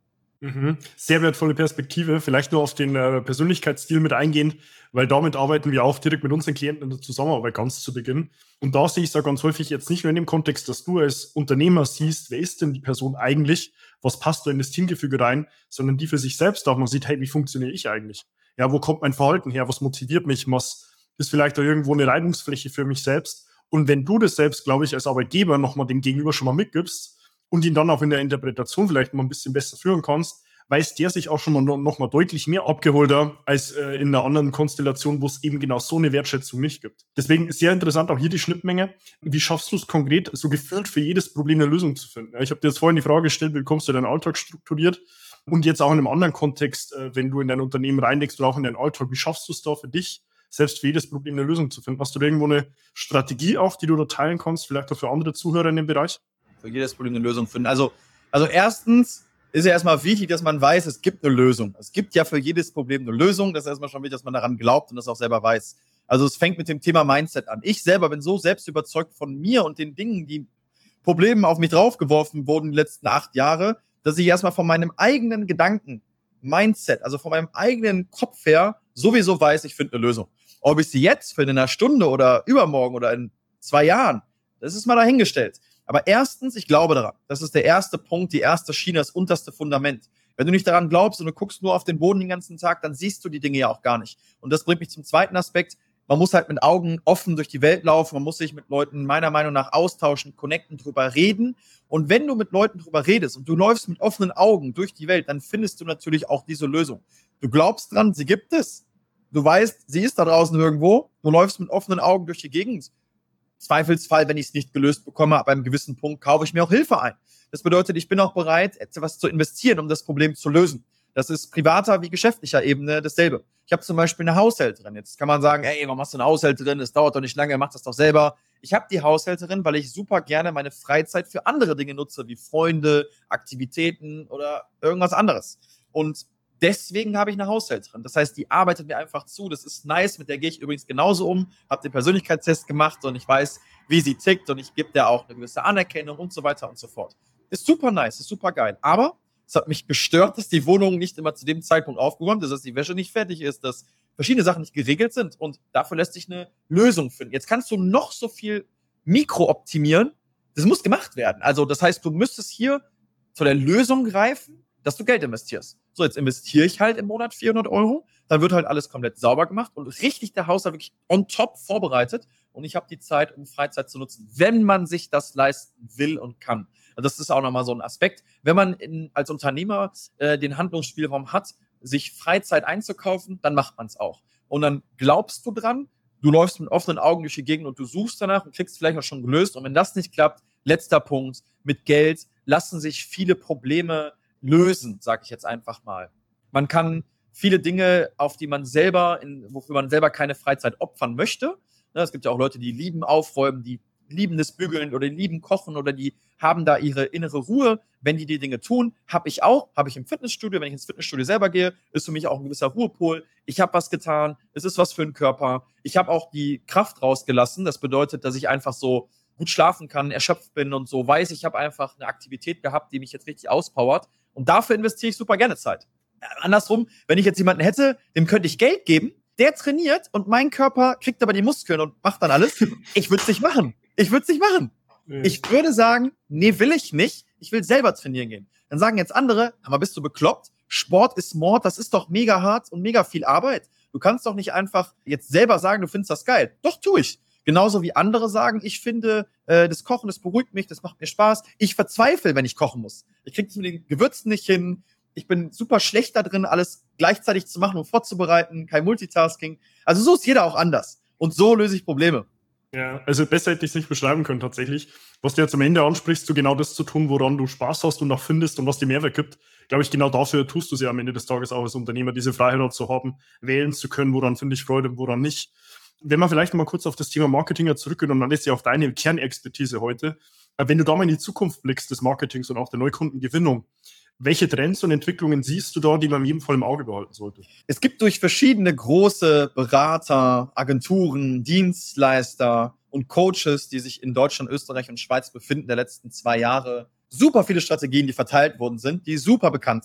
Mhm. Sehr wertvolle Perspektive. Vielleicht nur auf den äh, Persönlichkeitsstil mit eingehend, weil damit arbeiten wir auch direkt mit unseren Klienten in der Zusammenarbeit ganz zu Beginn. Und da sehe ich es ja ganz häufig jetzt nicht nur in dem Kontext, dass du als Unternehmer siehst, wer ist denn die Person eigentlich, was passt da in das Teamgefüge rein, sondern die für sich selbst auch. Man sieht, hey, wie funktioniere ich eigentlich? Ja, wo kommt mein Verhalten her? Was motiviert mich? Was ist vielleicht da irgendwo eine Reibungsfläche für mich selbst? Und wenn du das selbst, glaube ich, als Arbeitgeber nochmal dem Gegenüber schon mal mitgibst, und ihn dann auch in der Interpretation vielleicht mal ein bisschen besser führen kannst, weiß der sich auch schon mal noch mal deutlich mehr abgeholter als äh, in einer anderen Konstellation, wo es eben genau so eine Wertschätzung nicht gibt. Deswegen sehr interessant auch hier die Schnittmenge. Wie schaffst du es konkret, so gefühlt für jedes Problem eine Lösung zu finden? Ich habe dir jetzt vorhin die Frage gestellt, wie bekommst du deinen Alltag strukturiert? Und jetzt auch in einem anderen Kontext, äh, wenn du in dein Unternehmen reinlegst oder auch in deinen Alltag, wie schaffst du es da für dich, selbst für jedes Problem eine Lösung zu finden? Hast du da irgendwo eine Strategie auch, die du da teilen kannst, vielleicht auch für andere Zuhörer in dem Bereich? Für jedes Problem eine Lösung finden. Also, also erstens ist ja erstmal wichtig, dass man weiß, es gibt eine Lösung. Es gibt ja für jedes Problem eine Lösung. Das ist erstmal schon wichtig, dass man daran glaubt und das auch selber weiß. Also es fängt mit dem Thema Mindset an. Ich selber bin so selbst überzeugt von mir und den Dingen, die Problemen auf mich draufgeworfen wurden die letzten acht Jahre, dass ich erstmal von meinem eigenen Gedanken, Mindset, also von meinem eigenen Kopf her sowieso weiß, ich finde eine Lösung. Ob ich sie jetzt für in einer Stunde oder übermorgen oder in zwei Jahren, das ist mal dahingestellt. Aber erstens, ich glaube daran. Das ist der erste Punkt, die erste Schiene, das unterste Fundament. Wenn du nicht daran glaubst und du guckst nur auf den Boden den ganzen Tag, dann siehst du die Dinge ja auch gar nicht. Und das bringt mich zum zweiten Aspekt. Man muss halt mit Augen offen durch die Welt laufen. Man muss sich mit Leuten meiner Meinung nach austauschen, connecten, drüber reden. Und wenn du mit Leuten drüber redest und du läufst mit offenen Augen durch die Welt, dann findest du natürlich auch diese Lösung. Du glaubst dran, sie gibt es. Du weißt, sie ist da draußen irgendwo. Du läufst mit offenen Augen durch die Gegend. Zweifelsfall, wenn ich es nicht gelöst bekomme, ab einem gewissen Punkt kaufe ich mir auch Hilfe ein. Das bedeutet, ich bin auch bereit, etwas zu investieren, um das Problem zu lösen. Das ist privater wie geschäftlicher Ebene dasselbe. Ich habe zum Beispiel eine Haushälterin. Jetzt kann man sagen, ey, warum hast du eine Haushälterin? Das dauert doch nicht lange, mach das doch selber. Ich habe die Haushälterin, weil ich super gerne meine Freizeit für andere Dinge nutze, wie Freunde, Aktivitäten oder irgendwas anderes. Und deswegen habe ich eine Haushälterin. Das heißt, die arbeitet mir einfach zu. Das ist nice. Mit der gehe ich übrigens genauso um. Habe den Persönlichkeitstest gemacht und ich weiß, wie sie tickt und ich gebe der auch eine gewisse Anerkennung und so weiter und so fort. Ist super nice, ist super geil. Aber es hat mich gestört, dass die Wohnung nicht immer zu dem Zeitpunkt aufgeräumt ist, dass die Wäsche nicht fertig ist, dass verschiedene Sachen nicht geregelt sind. Und dafür lässt sich eine Lösung finden. Jetzt kannst du noch so viel Mikro optimieren. Das muss gemacht werden. Also das heißt, du müsstest hier zu der Lösung greifen, dass du Geld investierst. So, jetzt investiere ich halt im Monat vierhundert Euro, dann wird halt alles komplett sauber gemacht und richtig der Haushalt wirklich on top vorbereitet und ich habe die Zeit, um Freizeit zu nutzen, wenn man sich das leisten will und kann. Also das ist auch nochmal so ein Aspekt. Wenn man in, als Unternehmer äh, den Handlungsspielraum hat, sich Freizeit einzukaufen, dann macht man es auch. Und dann glaubst du dran, du läufst mit offenen Augen durch die Gegend und du suchst danach und kriegst vielleicht auch schon gelöst. Und wenn das nicht klappt, letzter Punkt, mit Geld lassen sich viele Probleme lösen, sage ich jetzt einfach mal. Man kann viele Dinge, auf die man selber, in, wofür man selber keine Freizeit opfern möchte. Es gibt ja auch Leute, die lieben Aufräumen, die lieben das Bügeln oder die lieben Kochen oder die haben da ihre innere Ruhe, wenn die die Dinge tun. Habe ich auch, habe ich im Fitnessstudio, wenn ich ins Fitnessstudio selber gehe, ist für mich auch ein gewisser Ruhepol. Ich habe was getan, es ist was für den Körper. Ich habe auch die Kraft rausgelassen. Das bedeutet, dass ich einfach so gut schlafen kann, erschöpft bin und so weiß, ich habe einfach eine Aktivität gehabt, die mich jetzt richtig auspowert. Und dafür investiere ich super gerne Zeit. Andersrum, wenn ich jetzt jemanden hätte, dem könnte ich Geld geben, der trainiert und mein Körper kriegt aber die Muskeln und macht dann alles. Ich würde es nicht machen. Ich würde es nicht machen. Ja. Ich würde sagen, nee, will ich nicht. Ich will selber trainieren gehen. Dann sagen jetzt andere, aber bist du bekloppt? Sport ist Mord, das ist doch mega hart und mega viel Arbeit. Du kannst doch nicht einfach jetzt selber sagen, du findest das geil. Doch, tue ich. Genauso wie andere sagen, ich finde, äh, das Kochen, das beruhigt mich, das macht mir Spaß. Ich verzweifle, wenn ich kochen muss. Ich kriege es mit den Gewürzen nicht hin. Ich bin super schlecht da drin, alles gleichzeitig zu machen und vorzubereiten. Kein Multitasking. Also so ist jeder auch anders. Und so löse ich Probleme. Ja, also besser hätte ich es nicht beschreiben können tatsächlich. Was du jetzt am Ende ansprichst, so genau das zu tun, woran du Spaß hast und auch findest und was dir Mehrwert gibt, glaube ich, genau dafür tust du es ja am Ende des Tages auch als Unternehmer, diese Freiheit zu haben, wählen zu können, woran finde ich Freude und woran nicht. Wenn man vielleicht mal kurz auf das Thema Marketing zurückgeht und dann ist ja auf deine Kernexpertise heute, wenn du da mal in die Zukunft blickst des Marketings und auch der Neukundengewinnung, welche Trends und Entwicklungen siehst du da, die man in jedem Fall im Auge behalten sollte? Es gibt durch verschiedene große Berater, Agenturen, Dienstleister und Coaches, die sich in Deutschland, Österreich und Schweiz befinden, der letzten zwei Jahre, super viele Strategien, die verteilt worden sind, die super bekannt sind.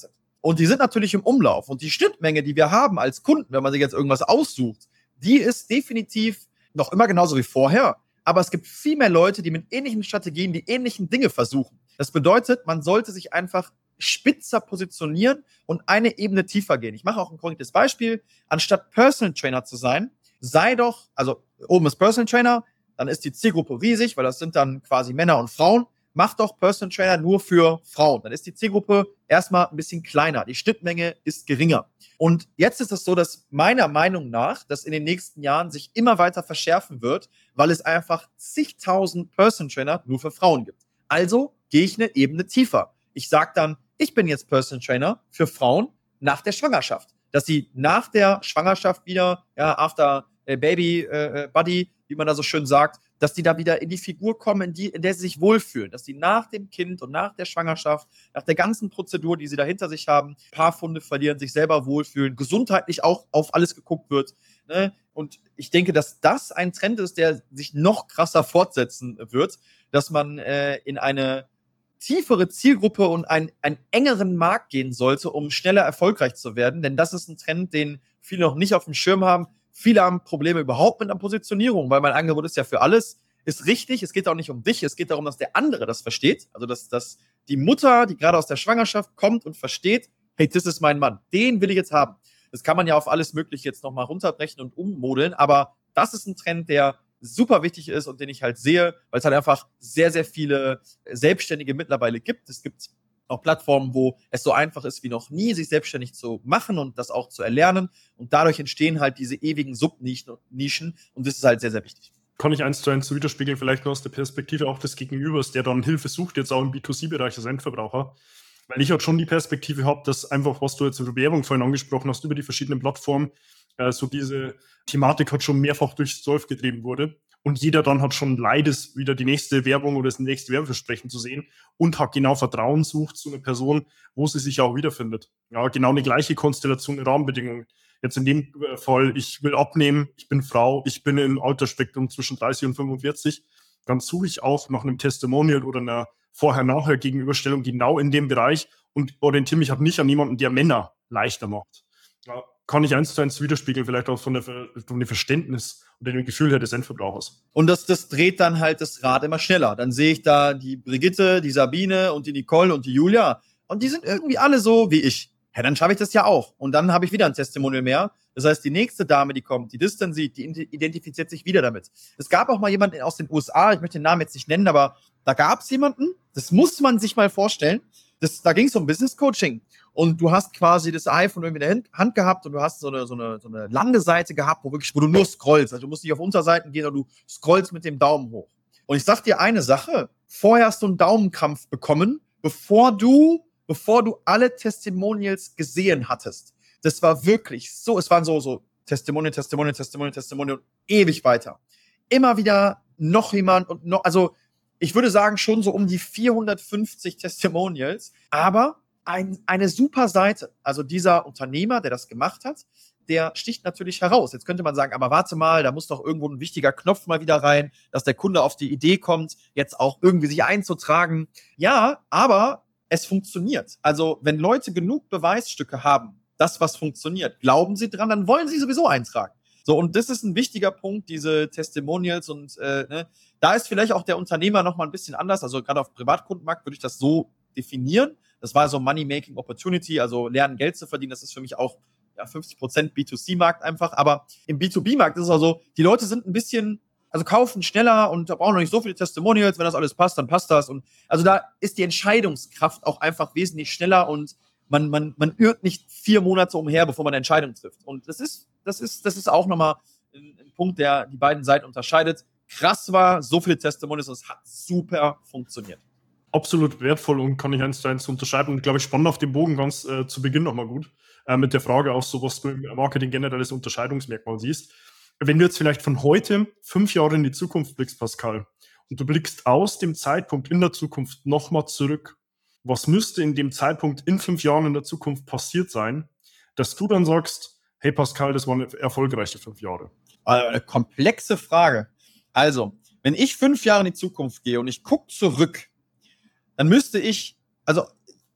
Und die sind natürlich im Umlauf. Und die Schnittmenge, die wir haben als Kunden, wenn man sich jetzt irgendwas aussucht, die ist definitiv noch immer genauso wie vorher. Aber es gibt viel mehr Leute, die mit ähnlichen Strategien die ähnlichen Dinge versuchen. Das bedeutet, man sollte sich einfach spitzer positionieren und eine Ebene tiefer gehen. Ich mache auch ein konkretes Beispiel. Anstatt Personal Trainer zu sein, sei doch, also oben ist Personal Trainer, dann ist die Zielgruppe riesig, weil das sind dann quasi Männer und Frauen. Mach doch Personal Trainer nur für Frauen. Dann ist die Zielgruppe erstmal ein bisschen kleiner. Die Schnittmenge ist geringer. Und jetzt ist es so, dass meiner Meinung nach das in den nächsten Jahren sich immer weiter verschärfen wird, weil es einfach zigtausend Personal Trainer nur für Frauen gibt. Also gehe ich eine Ebene tiefer. Ich sage dann, ich bin jetzt Personal Trainer für Frauen nach der Schwangerschaft. Dass sie nach der Schwangerschaft wieder, ja, after baby äh, body, wie man da so schön sagt, dass die da wieder in die Figur kommen, in, die, in der sie sich wohlfühlen. Dass sie nach dem Kind und nach der Schwangerschaft, nach der ganzen Prozedur, die sie da hinter sich haben, ein paar Pfunde verlieren, sich selber wohlfühlen, gesundheitlich auch auf alles geguckt wird. Ne? Und ich denke, dass das ein Trend ist, der sich noch krasser fortsetzen wird, dass man äh, in eine tiefere Zielgruppe und einen, einen engeren Markt gehen sollte, um schneller erfolgreich zu werden. Denn das ist ein Trend, den viele noch nicht auf dem Schirm haben. Viele haben Probleme überhaupt mit einer Positionierung, weil mein Angebot ist ja für alles, ist richtig. Es geht auch nicht um dich, es geht darum, dass der andere das versteht. Also, dass, dass die Mutter, die gerade aus der Schwangerschaft kommt und versteht, hey, das ist mein Mann, den will ich jetzt haben. Das kann man ja auf alles Mögliche jetzt nochmal runterbrechen und ummodeln, aber das ist ein Trend, der super wichtig ist und den ich halt sehe, weil es halt einfach sehr, sehr viele Selbstständige mittlerweile gibt. Es gibt auch Plattformen, wo es so einfach ist wie noch nie, sich selbstständig zu machen und das auch zu erlernen. Und dadurch entstehen halt diese ewigen Subnischen und das ist halt sehr, sehr wichtig. Kann ich eins zu eins so widerspiegeln, vielleicht nur aus der Perspektive auch des Gegenübers, der dann Hilfe sucht, jetzt auch im B zwei C-Bereich als Endverbraucher. Weil ich halt schon die Perspektive habe, dass einfach, was du jetzt in der Werbung vorhin angesprochen hast, über die verschiedenen Plattformen, äh, so diese Thematik hat schon mehrfach durchs Dorf getrieben wurde. Und jeder dann hat schon Leides, wieder die nächste Werbung oder das nächste Werbeversprechen zu sehen und hat genau Vertrauen sucht zu einer Person, wo sie sich auch wiederfindet. Ja, genau eine gleiche Konstellation der Rahmenbedingungen. Jetzt in dem Fall, ich will abnehmen, ich bin Frau, ich bin im Altersspektrum zwischen dreißig und fünfundvierzig, dann suche ich auch nach einem Testimonial oder einer Vorher-Nachher-Gegenüberstellung genau in dem Bereich und orientiere mich halt nicht an jemanden, der Männer leichter macht. Ja, kann ich eins zu eins widerspiegeln, vielleicht auch von der, von dem Verständnis oder dem Gefühl her des Endverbrauchers. Und das, das dreht dann halt das Rad immer schneller. Dann sehe ich da die Brigitte, die Sabine und die Nicole und die Julia und die sind irgendwie alle so wie ich. Ja, dann schaffe ich das ja auch. Und dann habe ich wieder ein Testimonial mehr. Das heißt, die nächste Dame, die kommt, die das dann sieht, die identifiziert sich wieder damit. Es gab auch mal jemanden aus den U S A, ich möchte den Namen jetzt nicht nennen, aber da gab es jemanden, das muss man sich mal vorstellen, das, da ging es um Business Coaching. Und du hast quasi das iPhone irgendwie in der Hand gehabt und du hast so eine, so eine, so eine Landeseite gehabt, wo wirklich, wo du nur scrollst. Also du musst nicht auf Unterseiten gehen, sondern du scrollst mit dem Daumen hoch. Und ich sag dir eine Sache, vorher hast du einen Daumenkrampf bekommen, bevor du, bevor du alle Testimonials gesehen hattest. Das war wirklich so, es waren so, so Testimonial, Testimonial, Testimonial, Testimonial, ewig weiter. Immer wieder noch jemand und noch, also ich würde sagen schon so um die vierhundertfünfzig Testimonials, aber Ein, eine super Seite. Also dieser Unternehmer, der das gemacht hat, der sticht natürlich heraus. Jetzt könnte man sagen, aber warte mal, da muss doch irgendwo ein wichtiger Knopf mal wieder rein, dass der Kunde auf die Idee kommt, jetzt auch irgendwie sich einzutragen. Ja, aber es funktioniert. Also wenn Leute genug Beweisstücke haben, das, was funktioniert, glauben sie dran, dann wollen sie sowieso eintragen. So, und das ist ein wichtiger Punkt, diese Testimonials und äh, ne, da ist vielleicht auch der Unternehmer noch mal ein bisschen anders. Also gerade auf Privatkundenmarkt würde ich das so definieren. Das war so Money-Making Opportunity, also lernen, Geld zu verdienen. Das ist für mich auch ja, fünfzig Prozent B zwei C-Markt einfach. Aber im B zwei B-Markt ist es auch so, die Leute sind ein bisschen, also kaufen schneller und da brauchen noch nicht so viele Testimonials. Wenn das alles passt, dann passt das. Und also da ist die Entscheidungskraft auch einfach wesentlich schneller und man, man, man irrt nicht vier Monate umher, bevor man eine Entscheidung trifft. Und das ist, das ist, das ist auch nochmal ein, ein Punkt, der die beiden Seiten unterscheidet. Krass war, so viele Testimonials, und es hat super funktioniert. Absolut wertvoll und kann ich eins zu eins unterschreiben. Und glaube ich, spannend auf dem Bogen ganz äh, zu Beginn nochmal gut, äh, mit der Frage auch so, was du im Marketing generell als Unterscheidungsmerkmal siehst. Wenn du jetzt vielleicht von heute fünf Jahre in die Zukunft blickst, Pascal, und du blickst aus dem Zeitpunkt in der Zukunft nochmal zurück, was müsste in dem Zeitpunkt in fünf Jahren in der Zukunft passiert sein, dass du dann sagst, hey Pascal, das waren erfolgreiche fünf Jahre? Eine komplexe Frage. Also, wenn ich fünf Jahre in die Zukunft gehe und ich gucke zurück, dann müsste ich, also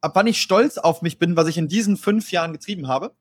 ab wann ich stolz auf mich bin, was ich in diesen fünf Jahren getrieben habe?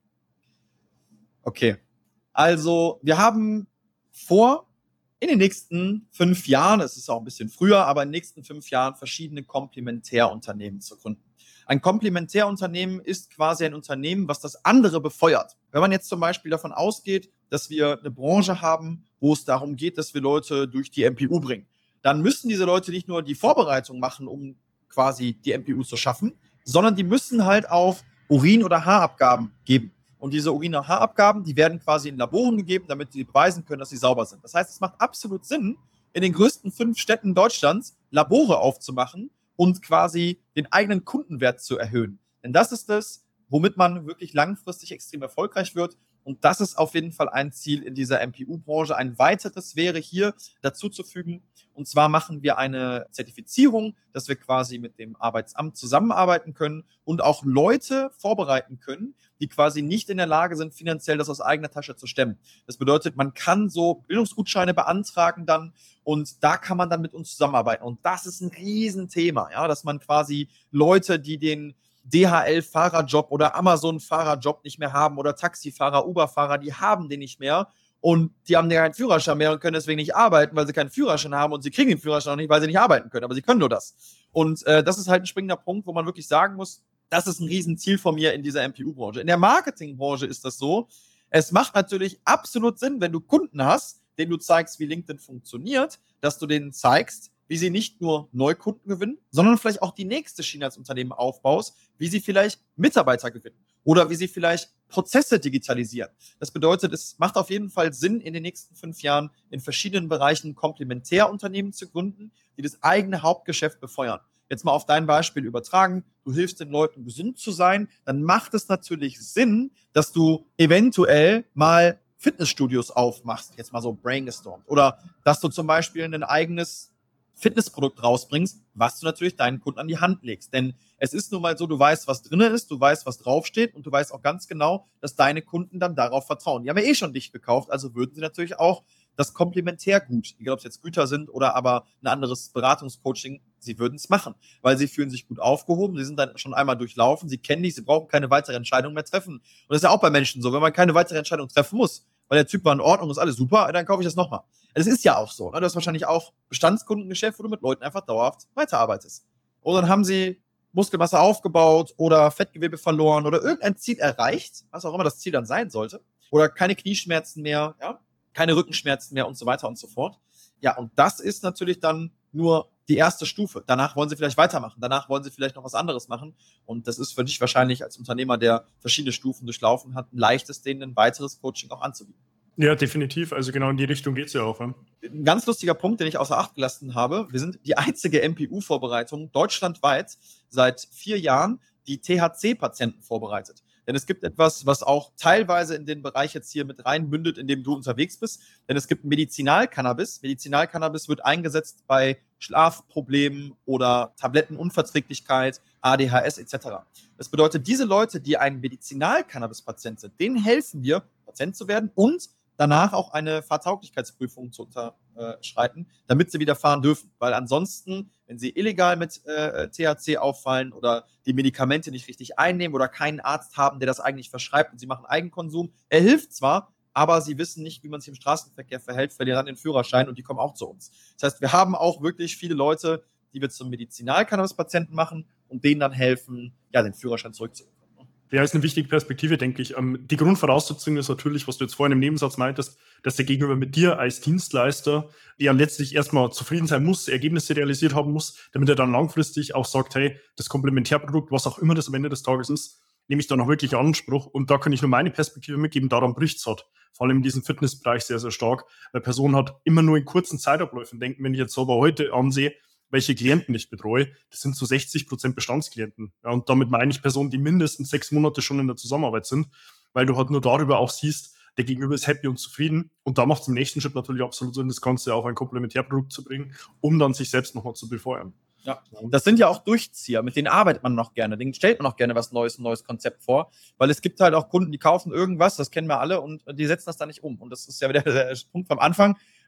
Okay. Also, wir haben vor, in den nächsten fünf Jahren, es ist auch ein bisschen früher, aber in den nächsten fünf Jahren verschiedene Komplementärunternehmen zu gründen. Ein Komplementärunternehmen ist quasi ein Unternehmen, was das andere befeuert. Wenn man jetzt zum Beispiel davon ausgeht, dass wir eine Branche haben, wo es darum geht, dass wir Leute durch die M P U bringen, dann müssen diese Leute nicht nur die Vorbereitung machen, um quasi die M P U zu schaffen, sondern die müssen halt auf Urin- oder Haarabgaben geben. Und diese Urin- und Haarabgaben, die werden quasi in Laboren gegeben, damit sie beweisen können, dass sie sauber sind. Das heißt, es macht absolut Sinn, in den größten fünf Städten Deutschlands Labore aufzumachen und quasi den eigenen Kundenwert zu erhöhen. Denn das ist es, womit man wirklich langfristig extrem erfolgreich wird. Und das ist auf jeden Fall ein Ziel in dieser M P U-Branche. Ein weiteres wäre hier dazu zu fügen, und zwar machen wir eine Zertifizierung, dass wir quasi mit dem Arbeitsamt zusammenarbeiten können und auch Leute vorbereiten können, die quasi nicht in der Lage sind, finanziell das aus eigener Tasche zu stemmen. Das bedeutet, man kann so Bildungsgutscheine beantragen dann und da kann man dann mit uns zusammenarbeiten. Und das ist ein Riesenthema, ja, dass man quasi Leute, die den D H L-Fahrerjob oder Amazon-Fahrerjob nicht mehr haben oder Taxifahrer, Uber-Fahrer, die haben den nicht mehr und die haben ja keinen Führerschein mehr und können deswegen nicht arbeiten, weil sie keinen Führerschein haben und sie kriegen den Führerschein auch nicht, weil sie nicht arbeiten können, aber sie können nur das. Und äh, das ist halt ein springender Punkt, wo man wirklich sagen muss, das ist ein Riesenziel von mir in dieser M P U-Branche. In der Marketingbranche ist das so, es macht natürlich absolut Sinn, wenn du Kunden hast, denen du zeigst, wie LinkedIn funktioniert, dass du denen zeigst, wie sie nicht nur Neukunden gewinnen, sondern vielleicht auch die nächste Schiene als Unternehmen aufbaust, wie sie vielleicht Mitarbeiter gewinnen oder wie sie vielleicht Prozesse digitalisieren. Das bedeutet, es macht auf jeden Fall Sinn, in den nächsten fünf Jahren in verschiedenen Bereichen Komplementärunternehmen zu gründen, die das eigene Hauptgeschäft befeuern. Jetzt mal auf dein Beispiel übertragen, du hilfst den Leuten, gesund zu sein, dann macht es natürlich Sinn, dass du eventuell mal Fitnessstudios aufmachst, jetzt mal so brainstormt, oder dass du zum Beispiel ein eigenes Fitnessprodukt rausbringst, was du natürlich deinen Kunden an die Hand legst. Denn es ist nun mal so, du weißt, was drin ist, du weißt, was draufsteht und du weißt auch ganz genau, dass deine Kunden dann darauf vertrauen. Die haben ja eh schon dich gekauft, also würden sie natürlich auch das Komplementärgut, egal ob es jetzt Güter sind oder aber ein anderes Beratungscoaching, sie würden es machen, weil sie fühlen sich gut aufgehoben, sie sind dann schon einmal durchlaufen, sie kennen dich, sie brauchen keine weitere Entscheidung mehr treffen. Und das ist ja auch bei Menschen so, wenn man keine weitere Entscheidung treffen muss, weil der Typ war in Ordnung, ist alles super, dann kaufe ich das nochmal. Es ist ja auch so. Ne? Du hast wahrscheinlich auch Bestandskundengeschäft, wo du mit Leuten einfach dauerhaft weiterarbeitest. Oder dann haben sie Muskelmasse aufgebaut oder Fettgewebe verloren oder irgendein Ziel erreicht, was auch immer das Ziel dann sein sollte. Oder keine Knieschmerzen mehr, ja, keine Rückenschmerzen mehr und so weiter und so fort. Ja, und das ist natürlich dann nur die erste Stufe. Danach wollen sie vielleicht weitermachen. Danach wollen sie vielleicht noch was anderes machen. Und das ist für dich wahrscheinlich als Unternehmer, der verschiedene Stufen durchlaufen hat, ein leichtes, denen ein weiteres Coaching auch anzubieten. Ja, definitiv. Also genau in die Richtung geht es ja auch. Ja. Ein ganz lustiger Punkt, den ich außer Acht gelassen habe. Wir sind die einzige M P U-Vorbereitung deutschlandweit seit vier Jahren, die T H C-Patienten vorbereitet. Denn es gibt etwas, was auch teilweise in den Bereich jetzt hier mit reinmündet, in dem du unterwegs bist. Denn es gibt Medizinalcannabis. Medizinalcannabis wird eingesetzt bei Schlafproblemen oder Tablettenunverträglichkeit, A D H S et cetera. Das bedeutet, diese Leute, die ein Medizinalcannabis-Patient sind, denen helfen wir, Patient zu werden und danach auch eine Fahrtauglichkeitsprüfung zu unterschreiten, damit sie wieder fahren dürfen. Weil ansonsten, wenn sie illegal mit äh, T H C auffallen oder die Medikamente nicht richtig einnehmen oder keinen Arzt haben, der das eigentlich verschreibt und sie machen Eigenkonsum, er hilft zwar, aber sie wissen nicht, wie man sich im Straßenverkehr verhält, verlieren dann den Führerschein und die kommen auch zu uns. Das heißt, wir haben auch wirklich viele Leute, die wir zum Medizinalcannabis-Patienten machen und denen dann helfen, ja, den Führerschein zurückzubekommen. Ja, ist eine wichtige Perspektive, denke ich. Ähm, die Grundvoraussetzung ist natürlich, was du jetzt vorhin im Nebensatz meintest, dass der Gegenüber mit dir als Dienstleister ja letztlich erstmal zufrieden sein muss, Ergebnisse realisiert haben muss, damit er dann langfristig auch sagt, hey, das Komplementärprodukt, was auch immer das am Ende des Tages ist, nehme ich dann auch wirklich in Anspruch. Und da kann ich nur meine Perspektive mitgeben, daran bricht es halt. Vor allem in diesem Fitnessbereich sehr, sehr stark, weil Personen halt immer nur in kurzen Zeitabläufen denken, wenn ich jetzt aber heute ansehe, welche Klienten ich betreue, das sind so sechzig Prozent Bestandsklienten. Ja, und damit meine ich Personen, die mindestens sechs Monate schon in der Zusammenarbeit sind, weil du halt nur darüber auch siehst, der Gegenüber ist happy und zufrieden. Und da macht es im nächsten Schritt natürlich absolut Sinn, das Ganze auf ein Komplementärprodukt zu bringen, um dann sich selbst nochmal zu befeuern. Ja, das sind ja auch Durchzieher, mit denen arbeitet man noch gerne, denen stellt man auch gerne was Neues, ein neues Konzept vor, weil es gibt halt auch Kunden, die kaufen irgendwas, das kennen wir alle und die setzen das dann nicht um. Und das ist ja wieder der Punkt vom Anfang.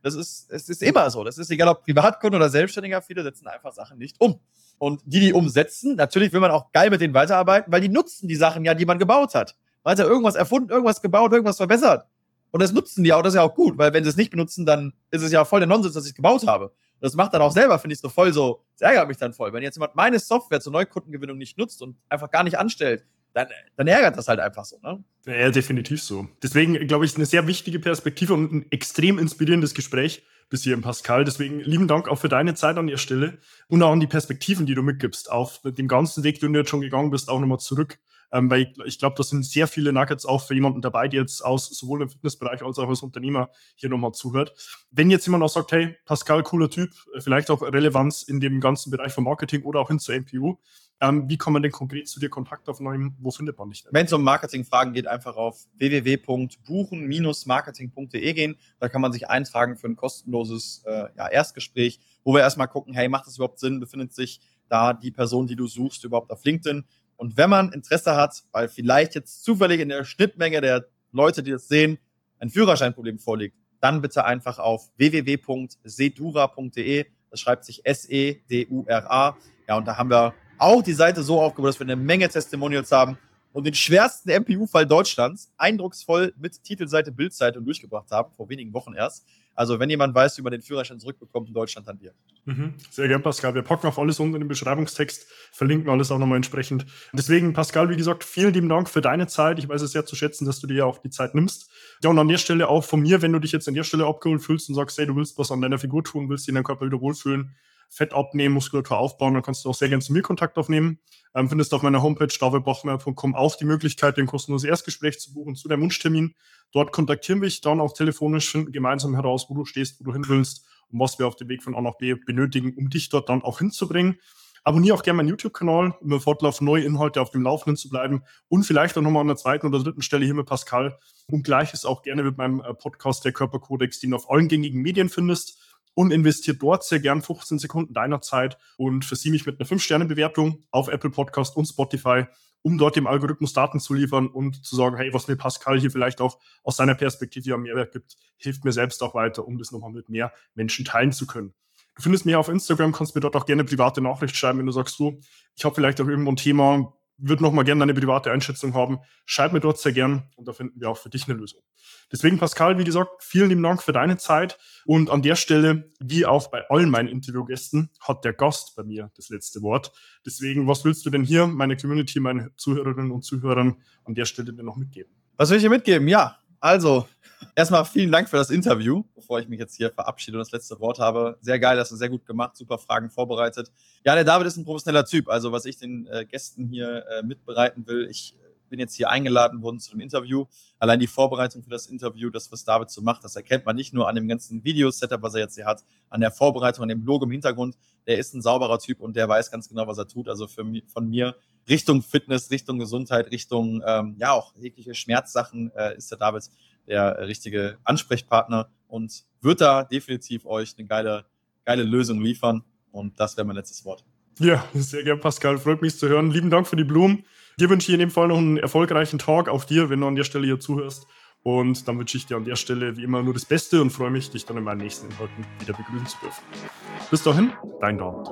Das ist, es ist immer so. Das ist egal, ob Privatkunden oder Selbstständiger, viele setzen einfach Sachen nicht um. Und die, die umsetzen, natürlich will man auch geil mit denen weiterarbeiten, weil die nutzen die Sachen ja, die man gebaut hat. Man hat ja irgendwas erfunden, irgendwas gebaut, irgendwas verbessert. Und das nutzen die auch, das ist ja auch gut, weil wenn sie es nicht benutzen, dann ist es ja voll der Nonsens, dass ich es gebaut habe. Und das macht dann auch selber, finde ich, so voll so, das ärgert mich dann voll. Wenn jetzt jemand meine Software zur Neukundengewinnung nicht nutzt und einfach gar nicht anstellt, dann, dann ärgert das halt einfach so, ne? Ja, definitiv so. Deswegen, glaube ich, eine sehr wichtige Perspektive und ein extrem inspirierendes Gespräch bis hier im Pascal. Deswegen lieben Dank auch für deine Zeit an der Stelle und auch an die Perspektiven, die du mitgibst, auf dem ganzen Weg, den du jetzt schon gegangen bist, auch nochmal zurück. Ähm, weil ich, ich glaube, da sind sehr viele Nuggets auch für jemanden dabei, der jetzt aus sowohl im Fitnessbereich als auch als Unternehmer hier nochmal zuhört. Wenn jetzt jemand auch sagt, hey, Pascal, cooler Typ, vielleicht auch Relevanz in dem ganzen Bereich von Marketing oder auch hin zur N P U, ähm, wie kann man denn konkret zu dir Kontakt aufnehmen? Wo findet man dich denn? Wenn es um Marketingfragen geht, einfach auf w w w punkt buchen Bindestrich marketing punkt d e gehen. Da kann man sich eintragen für ein kostenloses äh, ja, Erstgespräch, wo wir erstmal gucken, hey, macht das überhaupt Sinn? Befindet sich da die Person, die du suchst, überhaupt auf LinkedIn? Und wenn man Interesse hat, weil vielleicht jetzt zufällig in der Schnittmenge der Leute, die das sehen, ein Führerscheinproblem vorliegt, dann bitte einfach auf w w w punkt sedura punkt d e. Das schreibt sich S E D U R A. Ja, und da haben wir auch die Seite so aufgebaut, dass wir eine Menge Testimonials haben und den schwersten M P U-Fall Deutschlands eindrucksvoll mit Titelseite, Bildzeitung durchgebracht haben, vor wenigen Wochen erst. Also wenn jemand weiß, wie man den Führerschein zurückbekommt in Deutschland, dann wir. Mhm. Sehr gern, Pascal. Wir packen auf alles unten in den Beschreibungstext, verlinken alles auch nochmal entsprechend. Deswegen, Pascal, wie gesagt, vielen lieben Dank für deine Zeit. Ich weiß es sehr zu schätzen, dass du dir ja auch die Zeit nimmst. Ja, und an der Stelle auch von mir, wenn du dich jetzt an der Stelle abgeholt fühlst und sagst, hey, du willst was an deiner Figur tun, willst dich in deinem Körper wieder wohlfühlen, Fett abnehmen, Muskulatur aufbauen, dann kannst du auch sehr gerne zu mir Kontakt aufnehmen. Ähm, findest auf meiner Homepage david bachmeier punkt com auch die Möglichkeit, ein kostenloses Erstgespräch zu buchen zu deinem Wunschtermin. Dort kontaktieren wir dich dann auch telefonisch, finden gemeinsam heraus, wo du stehst, wo du hin willst und was wir auf dem Weg von A nach B benötigen, um dich dort dann auch hinzubringen. Abonniere auch gerne meinen YouTube-Kanal, um im Fortlauf neue Inhalte auf dem Laufenden zu bleiben und vielleicht auch nochmal an der zweiten oder dritten Stelle hier mit Pascal und Gleiches auch gerne mit meinem Podcast, der Körperkodex, den du auf allen gängigen Medien findest. Und investiere dort sehr gern fünfzehn Sekunden deiner Zeit und versieh mich mit einer fünf Sterne Bewertung auf Apple Podcast und Spotify, um dort dem Algorithmus Daten zu liefern und zu sagen, hey, was mir Pascal hier vielleicht auch aus seiner Perspektive am Mehrwert gibt, hilft mir selbst auch weiter, um das nochmal mit mehr Menschen teilen zu können. Du findest mich auf Instagram, kannst mir dort auch gerne private Nachricht schreiben, wenn du sagst, du, ich habe vielleicht auch irgendwo ein Thema, würde nochmal gerne eine private Einschätzung haben. Schreib mir dort sehr gern und da finden wir auch für dich eine Lösung. Deswegen, Pascal, wie gesagt, vielen lieben Dank für deine Zeit. Und an der Stelle, wie auch bei allen meinen Interviewgästen, hat der Gast bei mir das letzte Wort. Deswegen, was willst du denn hier, meine Community, meine Zuhörerinnen und Zuhörern, an der Stelle denn noch mitgeben? Was will ich dir mitgeben? Ja, also, erstmal vielen Dank für das Interview, bevor ich mich jetzt hier verabschiede und das letzte Wort habe. Sehr geil, hast du sehr gut gemacht, super Fragen vorbereitet. Ja, der David ist ein professioneller Typ. Also, was ich den äh, Gästen hier äh, mitbereiten will, ich bin jetzt hier eingeladen worden zu dem Interview. Allein die Vorbereitung für das Interview, das, was David so macht, das erkennt man nicht nur an dem ganzen Video-Setup, was er jetzt hier hat, an der Vorbereitung, an dem Logo im Hintergrund. Der ist ein sauberer Typ und der weiß ganz genau, was er tut. Also für mich, von mir Richtung Fitness, Richtung Gesundheit, Richtung, ähm, ja, auch jegliche Schmerzsachen äh, ist der David der äh, richtige Ansprechpartner und wird da definitiv euch eine geile, geile Lösung liefern. Und das wäre mein letztes Wort. Ja, sehr gern, Pascal. Freut mich zu hören. Lieben Dank für die Blumen. Dir wünsche ich in dem Fall noch einen erfolgreichen Tag, auch dir, wenn du an der Stelle hier zuhörst. Und dann wünsche ich dir an der Stelle wie immer nur das Beste und freue mich, dich dann in meinen nächsten Inhalten wieder begrüßen zu dürfen. Bis dahin, dein David.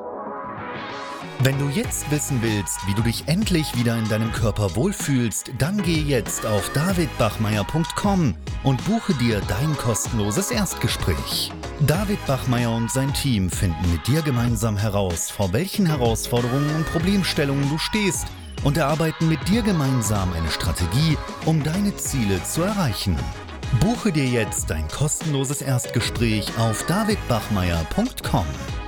Wenn du jetzt wissen willst, wie du dich endlich wieder in deinem Körper wohlfühlst, dann geh jetzt auf david bachmeier punkt com und buche dir dein kostenloses Erstgespräch. David Bachmeier und sein Team finden mit dir gemeinsam heraus, vor welchen Herausforderungen und Problemstellungen du stehst und erarbeiten mit dir gemeinsam eine Strategie, um deine Ziele zu erreichen. Buche dir jetzt dein kostenloses Erstgespräch auf david bachmeier punkt com.